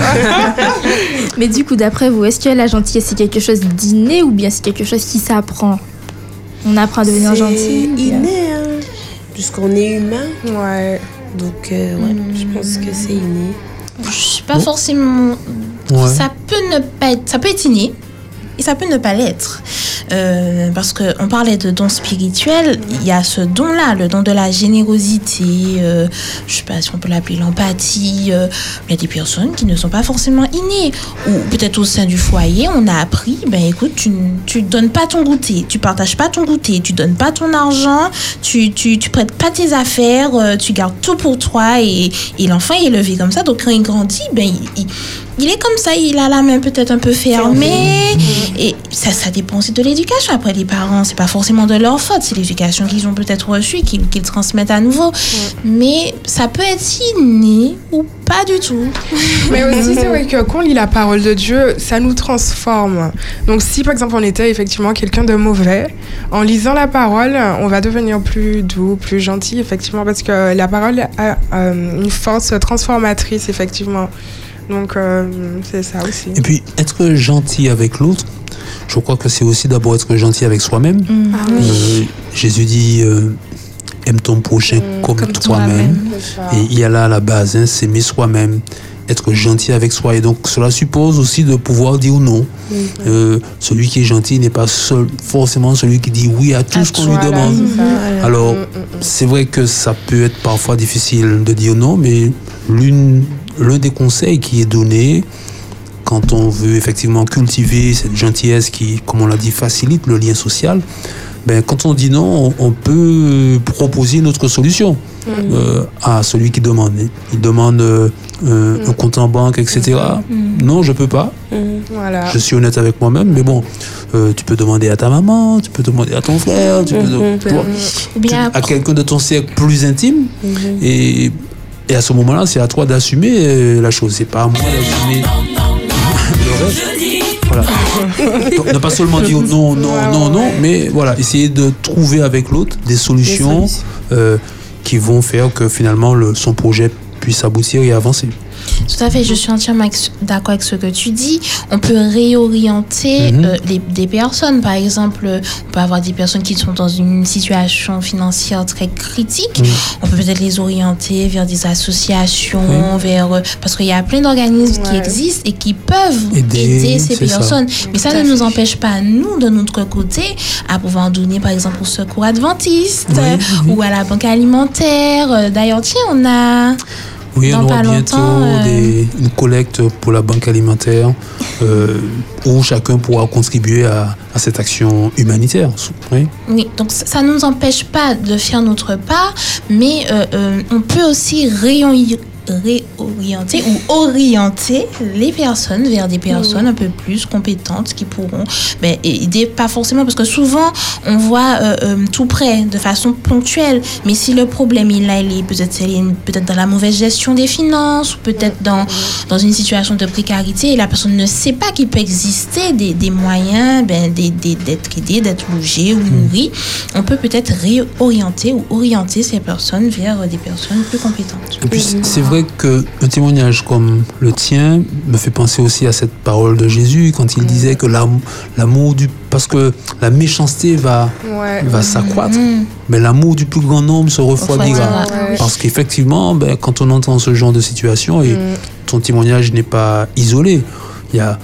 Mais du coup, d'après vous, est-ce que la gentillesse c'est quelque chose d'inné ou bien c'est quelque chose qui s'apprend? On apprend à devenir c'est gentil? C'est inné, hein, puisqu'on est humain. Ouais. Donc, euh, ouais, mmh. je pense que c'est inné. Je suis pas bon. forcément. Ouais. Ça peut ne pas être. Ça peut être inné. et ça peut ne pas l'être. Euh, parce qu'on parlait de dons spirituels, il y a ce don-là, le don de la générosité, euh, je ne sais pas si on peut l'appeler l'empathie. Euh, il y a des personnes qui ne sont pas forcément innées. Ou peut-être au sein du foyer, on a appris, ben écoute, tu ne donnes pas ton goûter, tu ne partages pas ton goûter, tu ne donnes pas ton argent, tu ne tu, tu prêtes pas tes affaires, euh, tu gardes tout pour toi. Et, et l'enfant est élevé comme ça, donc quand il grandit, ben il... il Il est comme ça, il a la main peut-être un peu fermée. Et ça, ça dépend aussi de l'éducation. Après, les parents, c'est pas forcément de leur faute. C'est l'éducation qu'ils ont peut-être reçue, qu'ils, qu'ils transmettent à nouveau. Ouais. Mais ça peut être inné ou pas du tout. Mais aussi, c'est vrai que quand on lit la parole de Dieu, ça nous transforme. Donc, si par exemple, on était effectivement quelqu'un de mauvais, en lisant la parole, on va devenir plus doux, plus gentil, effectivement, parce que la parole a euh, une force transformatrice, effectivement. Donc, euh, c'est ça aussi. Et puis, être gentil avec l'autre, je crois que c'est aussi d'abord être gentil avec soi-même. Mmh. Ah, oui. euh, Jésus dit euh, aime ton prochain mmh, comme, comme toi-même. toi-même. Et il y a là la base, hein, s'aimer soi-même, être gentil avec soi. Et donc, cela suppose aussi de pouvoir dire non. Mmh. Euh, celui qui est gentil n'est pas seul, forcément celui qui dit oui à tout à ce qu'on lui demande. Mmh. Alors, mmh. c'est vrai que ça peut être parfois difficile de dire non, mais l'une... L'un des conseils qui est donné quand on veut effectivement cultiver cette gentillesse qui, comme on l'a dit, facilite le lien social, ben, quand on dit non, on, on peut proposer une autre solution mmh. euh, à celui qui demande. Il demande euh, mmh. un compte en banque, et cetera. Mmh. Non, je ne peux pas. Mmh. Voilà. Je suis honnête avec moi-même, mais bon, euh, tu peux demander à ta maman, tu peux demander à ton frère, tu peux mmh. de, toi, mmh. tu, à quelqu'un de ton cercle plus intime. Mmh. Et Et à ce moment-là, c'est à toi d'assumer euh, la chose. C'est pas à moi d'assumer le reste. Voilà. Donc, ne pas seulement dire non, non, non, non, mais voilà, essayer de trouver avec l'autre des solutions euh, qui vont faire que finalement le, son projet puisse aboutir et avancer. Tout à fait, je suis entièrement d'accord avec ce que tu dis. On peut réorienter mmh. euh, les, des personnes. Par exemple, on peut avoir des personnes qui sont dans une situation financière très critique. Mmh. On peut peut-être les orienter vers des associations, mmh. vers, euh, parce qu'il y a plein d'organismes ouais. qui existent et qui peuvent aider, aider ces personnes. Ça. Mais ça ne nous empêche pas, nous, de notre côté, à pouvoir donner, par exemple, au Secours Adventiste oui. ou à la Banque Alimentaire. D'ailleurs, tiens, on a... Oui, on aura bientôt euh... des, une collecte pour la Banque Alimentaire euh, où chacun pourra contribuer à, à cette action humanitaire. Oui, oui, donc ça ne nous empêche pas de faire notre part, mais euh, euh, on peut aussi réorienter réorienter ou orienter les personnes vers des personnes mmh. un peu plus compétentes qui pourront ben, aider, pas forcément, parce que souvent on voit euh, euh, tout près de façon ponctuelle, mais si le problème il est, il est peut-être, il est peut-être dans la mauvaise gestion des finances ou peut-être dans, dans une situation de précarité et la personne ne sait pas qu'il peut exister des, des moyens ben, des, des, d'être aidé, d'être logé ou nourri, mmh. on peut peut-être réorienter ou orienter ces personnes vers des personnes plus compétentes. Et puis c'est vrai qu'un témoignage comme le tien me fait penser aussi à cette parole de Jésus quand il mmh. disait que l'amour, l'amour du... Parce que la méchanceté va, ouais. va mmh. s'accroître, mmh. mais l'amour du plus grand nombre se refroidira. Ouais. Parce qu'effectivement, ben, quand on entend ce genre de situation, et mmh. ton témoignage n'est pas isolé, il y a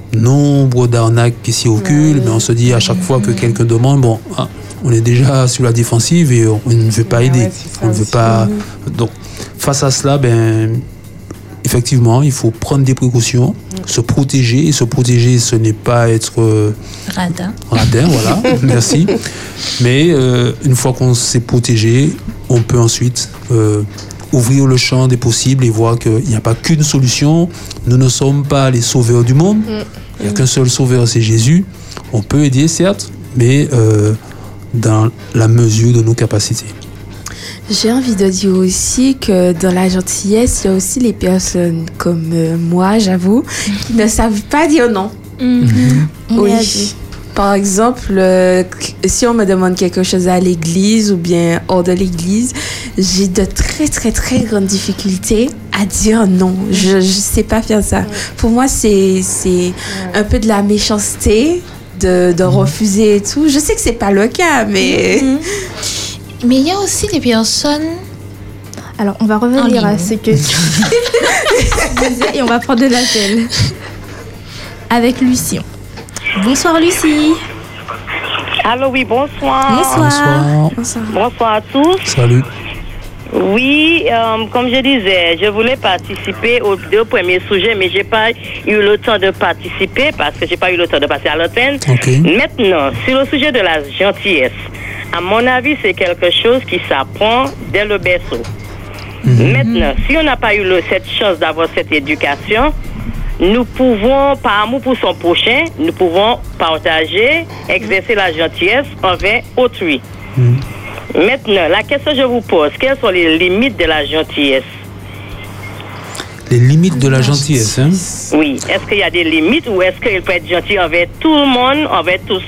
nombre d'arnaques qui s'y occultent, ouais. mais on se dit à chaque fois que quelqu'un demande, bon, ah, on est déjà sur la défensive et on ne veut pas aider. Ouais, on ne veut pas... Donc, face à cela, ben, effectivement, il faut prendre des précautions, mmh. se protéger. Et se protéger, ce n'est pas être... Euh, radin. Radin, voilà, merci. Mais euh, une fois qu'on s'est protégé, on peut ensuite euh, ouvrir le champ des possibles et voir qu'il n'y a pas qu'une solution. Nous ne sommes pas les sauveurs du monde. Mmh. Il n'y a qu'un seul sauveur, c'est Jésus. On peut aider, certes, mais euh, dans la mesure de nos capacités. J'ai envie de dire aussi que dans la gentillesse, il y a aussi les personnes comme euh, moi, j'avoue, qui ne savent pas dire non. Mm-hmm. Oui. Par exemple, euh, si on me demande quelque chose à l'église ou bien hors de l'église, j'ai de très, très, très grandes difficultés à dire non. Je ne sais pas faire ça. Mm. Pour moi, c'est, c'est un peu de la méchanceté de, de mm. refuser et tout. Je sais que ce n'est pas le cas, mais... Mm. Mais il y a aussi des personnes... Alors, on va revenir à ce que tu disais et on va prendre de l'appel. Avec Lucien. Bonsoir Lucie. Allô, oui, bonsoir. Bonsoir. Bonsoir. Bonsoir à tous. Salut. Oui, euh, comme je disais, je voulais participer aux deux premiers sujets, mais j'ai pas eu le temps de participer parce que j'ai pas eu le temps de passer à l'antenne. Okay. Maintenant, sur le sujet de la gentillesse, à mon avis, c'est quelque chose qui s'apprend dès le berceau. Mm-hmm. Maintenant, si on n'a pas eu le, cette chance d'avoir cette éducation, nous pouvons, par amour pour son prochain, nous pouvons partager, exercer la gentillesse envers autrui. Mm. Maintenant, la question que je vous pose, quelles sont les limites de la gentillesse? Les limites de la gentillesse, hein? Oui. Est-ce qu'il y a des limites ou est-ce qu'il peut être gentil envers tout le monde, envers tous?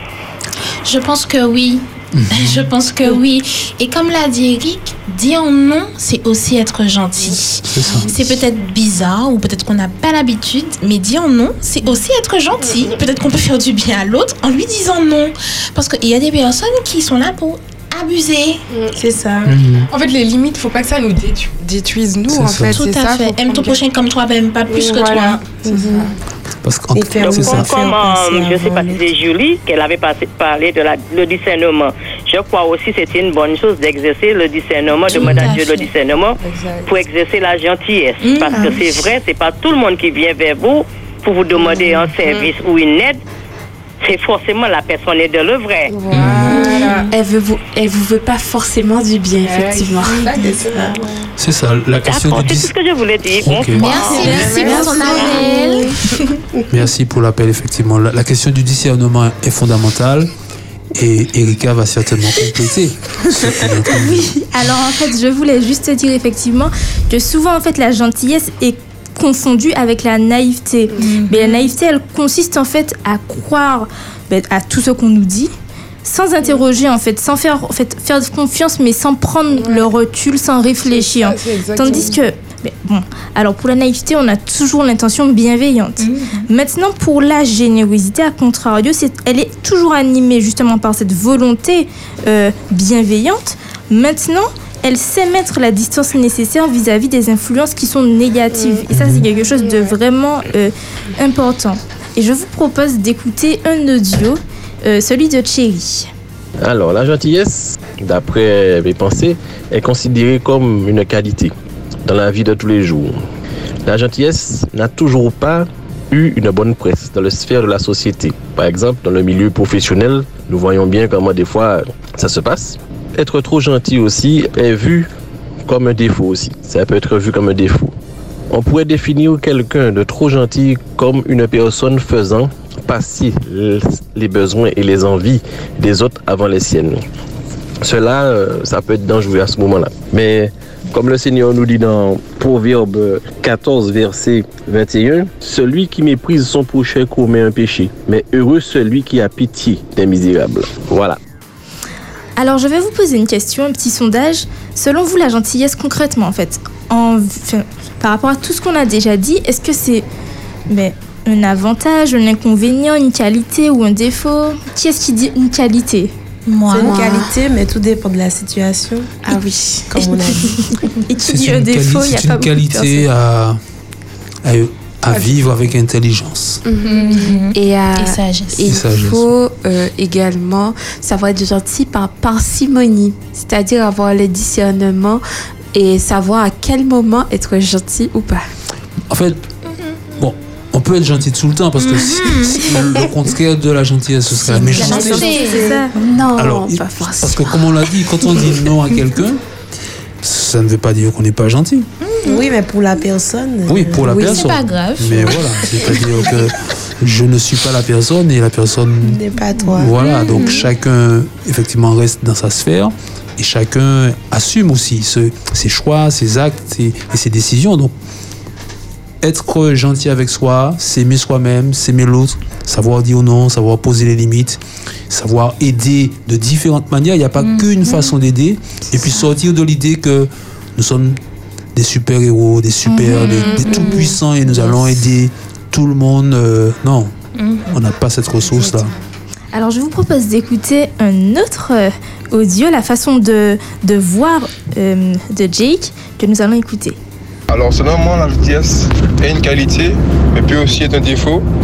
Je pense que oui. Mm-hmm. Je pense que oui. Et comme l'a dit Eric, dire non, c'est aussi être gentil. C'est ça. C'est peut-être bizarre ou peut-être qu'on n'a pas l'habitude, mais dire non, c'est aussi être gentil. Peut-être qu'on peut faire du bien à l'autre en lui disant non. Parce qu'il y a des personnes qui sont là pour abuser. C'est ça. Mm-hmm. En fait, les limites, faut pas que ça nous détru- détruise nous, en fait. Tout c'est à ça, fait. Aime ton prochain comme toi-même, pas plus voilà. que toi. C'est mm-hmm. ça. Parce qu'en Donc, c'est ça. comme euh, je ne sais pas si c'est Julie qu'elle avait passé, parlé de la, le discernement, je crois aussi que c'est une bonne chose d'exercer le discernement, Tout demander à à Dieu fait. le discernement Exact. pour exercer la gentillesse. Mmh. Parce Ah que oui. c'est vrai, c'est pas tout le monde qui vient vers vous pour vous demander un service ou une aide. C'est forcément la personne est de l'œuvre. Voilà. Elle veut vous, elle vous veut pas forcément du bien, effectivement. C'est ça, la question D'accord, du c'est tout ce dis- que je voulais dire. Ok. Merci, merci pour ton appel. Merci pour l'appel, effectivement. La, la question du discernement est fondamentale et Erika va certainement compléter. ce qu'on est en train de dire. Oui, alors en fait, je voulais juste dire effectivement que souvent, en fait, la gentillesse est confondue avec la naïveté. Mm-hmm. Mais la naïveté, elle consiste en fait à croire ben, à tout ce qu'on nous dit, sans interroger en fait, sans faire, en fait, faire confiance, mais sans prendre ouais. le recul, sans réfléchir. C'est ça, Tandis que, mais bon, alors pour la naïveté, on a toujours l'intention bienveillante. Mm-hmm. Maintenant, pour la générosité, à contrario, c'est, elle est toujours animée justement par cette volonté euh, bienveillante. Maintenant, elle sait mettre la distance nécessaire vis-à-vis des influences qui sont négatives. Et ça, c'est quelque chose de vraiment euh, important. Et je vous propose d'écouter un audio, euh, celui de Thierry. Alors, la gentillesse, d'après mes pensées, est considérée comme une qualité dans la vie de tous les jours. La gentillesse n'a toujours pas eu une bonne presse dans la sphère de la société. Par exemple, dans le milieu professionnel, nous voyons bien comment des fois ça se passe. Être trop gentil aussi est vu comme un défaut aussi. Ça peut être vu comme un défaut. On pourrait définir quelqu'un de trop gentil comme une personne faisant passer les besoins et les envies des autres avant les siennes. Cela, ça peut être dangereux à ce moment-là. Mais comme le Seigneur nous dit dans Proverbe quatorze, verset vingt et un, « Celui qui méprise son prochain commet un péché, mais heureux celui qui a pitié des misérables. » Voilà. Alors, je vais vous poser une question, un petit sondage. Selon vous, la gentillesse, concrètement, en fait, en, enfin, par rapport à tout ce qu'on a déjà dit, est-ce que c'est mais, un avantage, un inconvénient, une qualité ou un défaut? Qui est-ce qui dit une qualité? Moi. C'est une qualité, mais tout dépend de la situation. Ah oui, comme on a dit. Et qui dit un défaut, il n'y a c'est pas une beaucoup de qualité à, à, à vivre avec intelligence. Mm-hmm. Et, à, et sagesse. Et il faut euh, également savoir être gentil par parcimonie, c'est-à-dire avoir le discernement et savoir à quel moment être gentil ou pas. En fait, bon, on peut être gentil tout le temps parce que mm-hmm. si, si le contraire de la gentillesse, ce serait la méchanceté. C'est ça. Non, Alors, pas forcément. Parce que comme on l'a dit, quand on dit non à quelqu'un, ça ne veut pas dire qu'on n'est pas gentil. Oui, mais pour la personne. Oui, pour la oui, personne. C'est pas grave. Mais voilà, c'est-à-dire que je ne suis pas la personne et la personne n'est pas toi. Voilà, donc chacun effectivement reste dans sa sphère et chacun assume aussi ce, ses choix, ses actes ses, et ses décisions. Donc être gentil avec soi, s'aimer soi-même, s'aimer l'autre, savoir dire non, savoir poser les limites, savoir aider de différentes manières. Il n'y a pas mmh. qu'une façon d'aider. Et puis sortir de l'idée que nous sommes des super-héros, des super, mmh. des, des tout-puissants et nous allons aider tout le monde. Euh, non, mmh. on n'a pas cette ressource-là. Alors, je vous propose d'écouter un autre euh, audio, la façon de, de voir euh, de Jake, que nous allons écouter. Alors, selon moi, la gentillesse est une qualité, mais peut aussi être un défaut,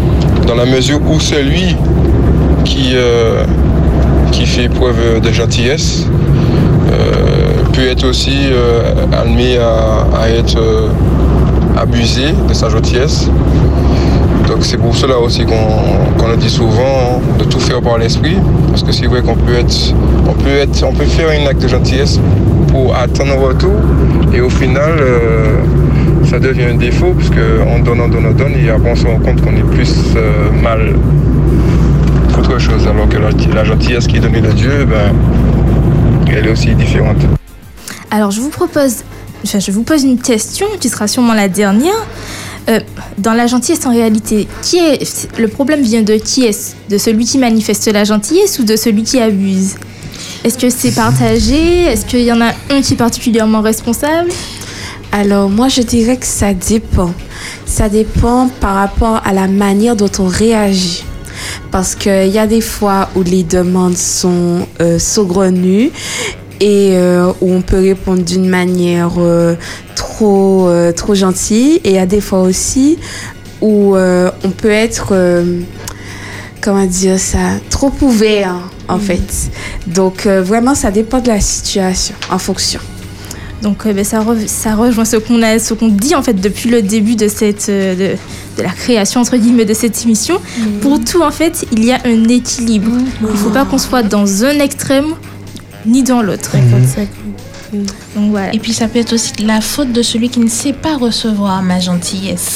dans la mesure où celui qui, euh, qui fait preuve de gentillesse euh, peut être aussi euh, amené à, à être euh, abusé de sa gentillesse. Donc c'est pour cela aussi qu'on qu'on le dit souvent, de tout faire par l'esprit, parce que c'est vrai qu'on peut être, on peut être, on peut faire un acte de gentillesse pour attendre un retour, et au final, euh, ça devient un défaut, puisque on donne, on donne, on donne, et après on se rend compte qu'on est plus euh, mal qu'autre chose, alors que la, la gentillesse qui est donnée de Dieu, ben, elle est aussi différente. Alors je vous propose, enfin, je vous pose une question qui sera sûrement la dernière. Euh, dans la gentillesse, en réalité, qui est, le problème vient de qui est-ce? De celui qui manifeste la gentillesse ou de celui qui abuse? Est-ce que c'est partagé? Est-ce qu'il y en a un qui est particulièrement responsable? Alors, moi, je dirais que ça dépend. Ça dépend par rapport à la manière dont on réagit. Parce qu'il y a des fois où les demandes sont euh, saugrenues et euh, où on peut répondre d'une manière euh, trop, euh, trop gentille. Et il y a des fois aussi où euh, on peut être, euh, comment dire ça, trop ouvert, en mmh. fait. Donc, euh, vraiment, ça dépend de la situation, en fonction. Donc, euh, ben, ça, re- ça rejoint ce qu'on a, ce qu'on dit, en fait, depuis le début de cette... Euh, de, de la création, entre guillemets, de cette émission. Mmh. Pour tout, en fait, il y a un équilibre. Mmh. Il ne faut pas qu'on soit dans un extrême ni dans l'autre. Mmh. Donc, voilà. Et puis ça peut être aussi de la faute de celui qui ne sait pas recevoir ma gentillesse.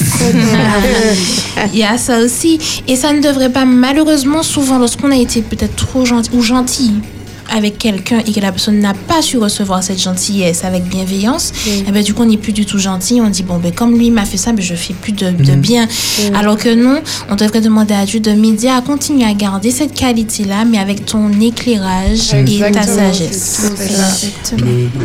Il y a ça aussi. Et ça ne devrait pas, malheureusement, souvent, lorsqu'on a été peut-être trop gentil ou gentil avec quelqu'un et que la personne n'a pas su recevoir cette gentillesse avec bienveillance, mmh. et ben, du coup on n'est plus du tout gentil, on dit bon ben comme lui m'a fait ça, ben, je fais plus de, de bien. Mmh. Alors que non, on devrait demander à Dieu de m'aider à continuer à garder cette qualité-là, mais avec ton éclairage Exactement. Et ta sagesse. Tout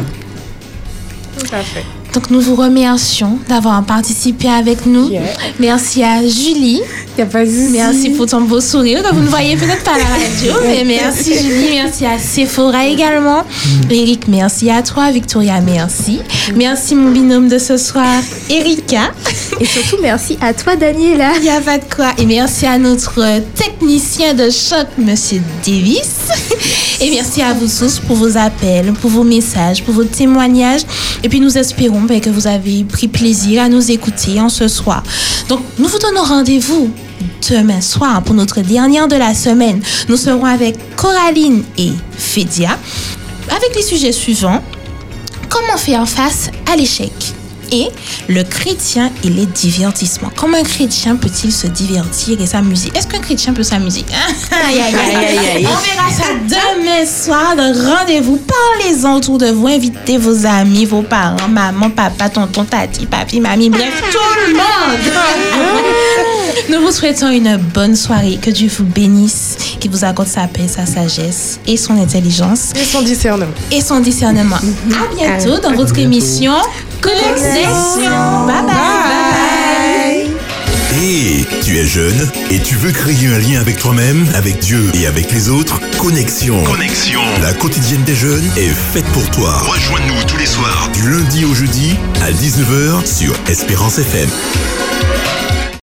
à fait. Donc nous vous remercions d'avoir participé avec nous. Yeah. Merci à Julie. Y a pas de souci. Merci pour ton beau sourire. Donc vous ne voyez peut-être pas à la radio, mais merci Julie. Merci à Sephora également. Mm. Eric, merci à toi. Victoria, merci. Mm. Merci mon binôme de ce soir, Erika. Et surtout merci à toi Daniela. Il n'y a pas de quoi. Et merci à notre technicien de choc, Monsieur Davis. Et merci à vous tous pour vos appels, pour vos messages, pour vos témoignages. Et puis nous espérons ben, que vous avez pris plaisir à nous écouter en ce soir. Donc nous vous donnons rendez-vous demain soir pour notre dernière de la semaine. Nous serons avec Coraline et Fédia avec les sujets suivants. Comment faire face à l'échec? Et le chrétien et les divertissements. Comment un chrétien peut-il se divertir et s'amuser? Est-ce qu'un chrétien peut s'amuser? Aïe, aïe, aïe, aïe, aïe. On verra ça demain soir. Donc rendez-vous, parlez-en autour de vous, invitez vos amis, vos parents, maman, papa, tonton, tati, papi, mamie, bref, tout le monde. Nous vous souhaitons une bonne soirée. Que Dieu vous bénisse, qu'il vous accorde sa paix, sa sagesse et son intelligence. Et son discernement. Et son discernement. À bientôt dans votre émission Connexion. Bye bye. Bye. Et tu es jeune et tu veux créer un lien avec toi-même, avec Dieu et avec les autres? Connexion. Connexion. La quotidienne des jeunes est faite pour toi. Rejoins-nous tous les soirs du lundi au jeudi à dix-neuf heures sur Espérance F M.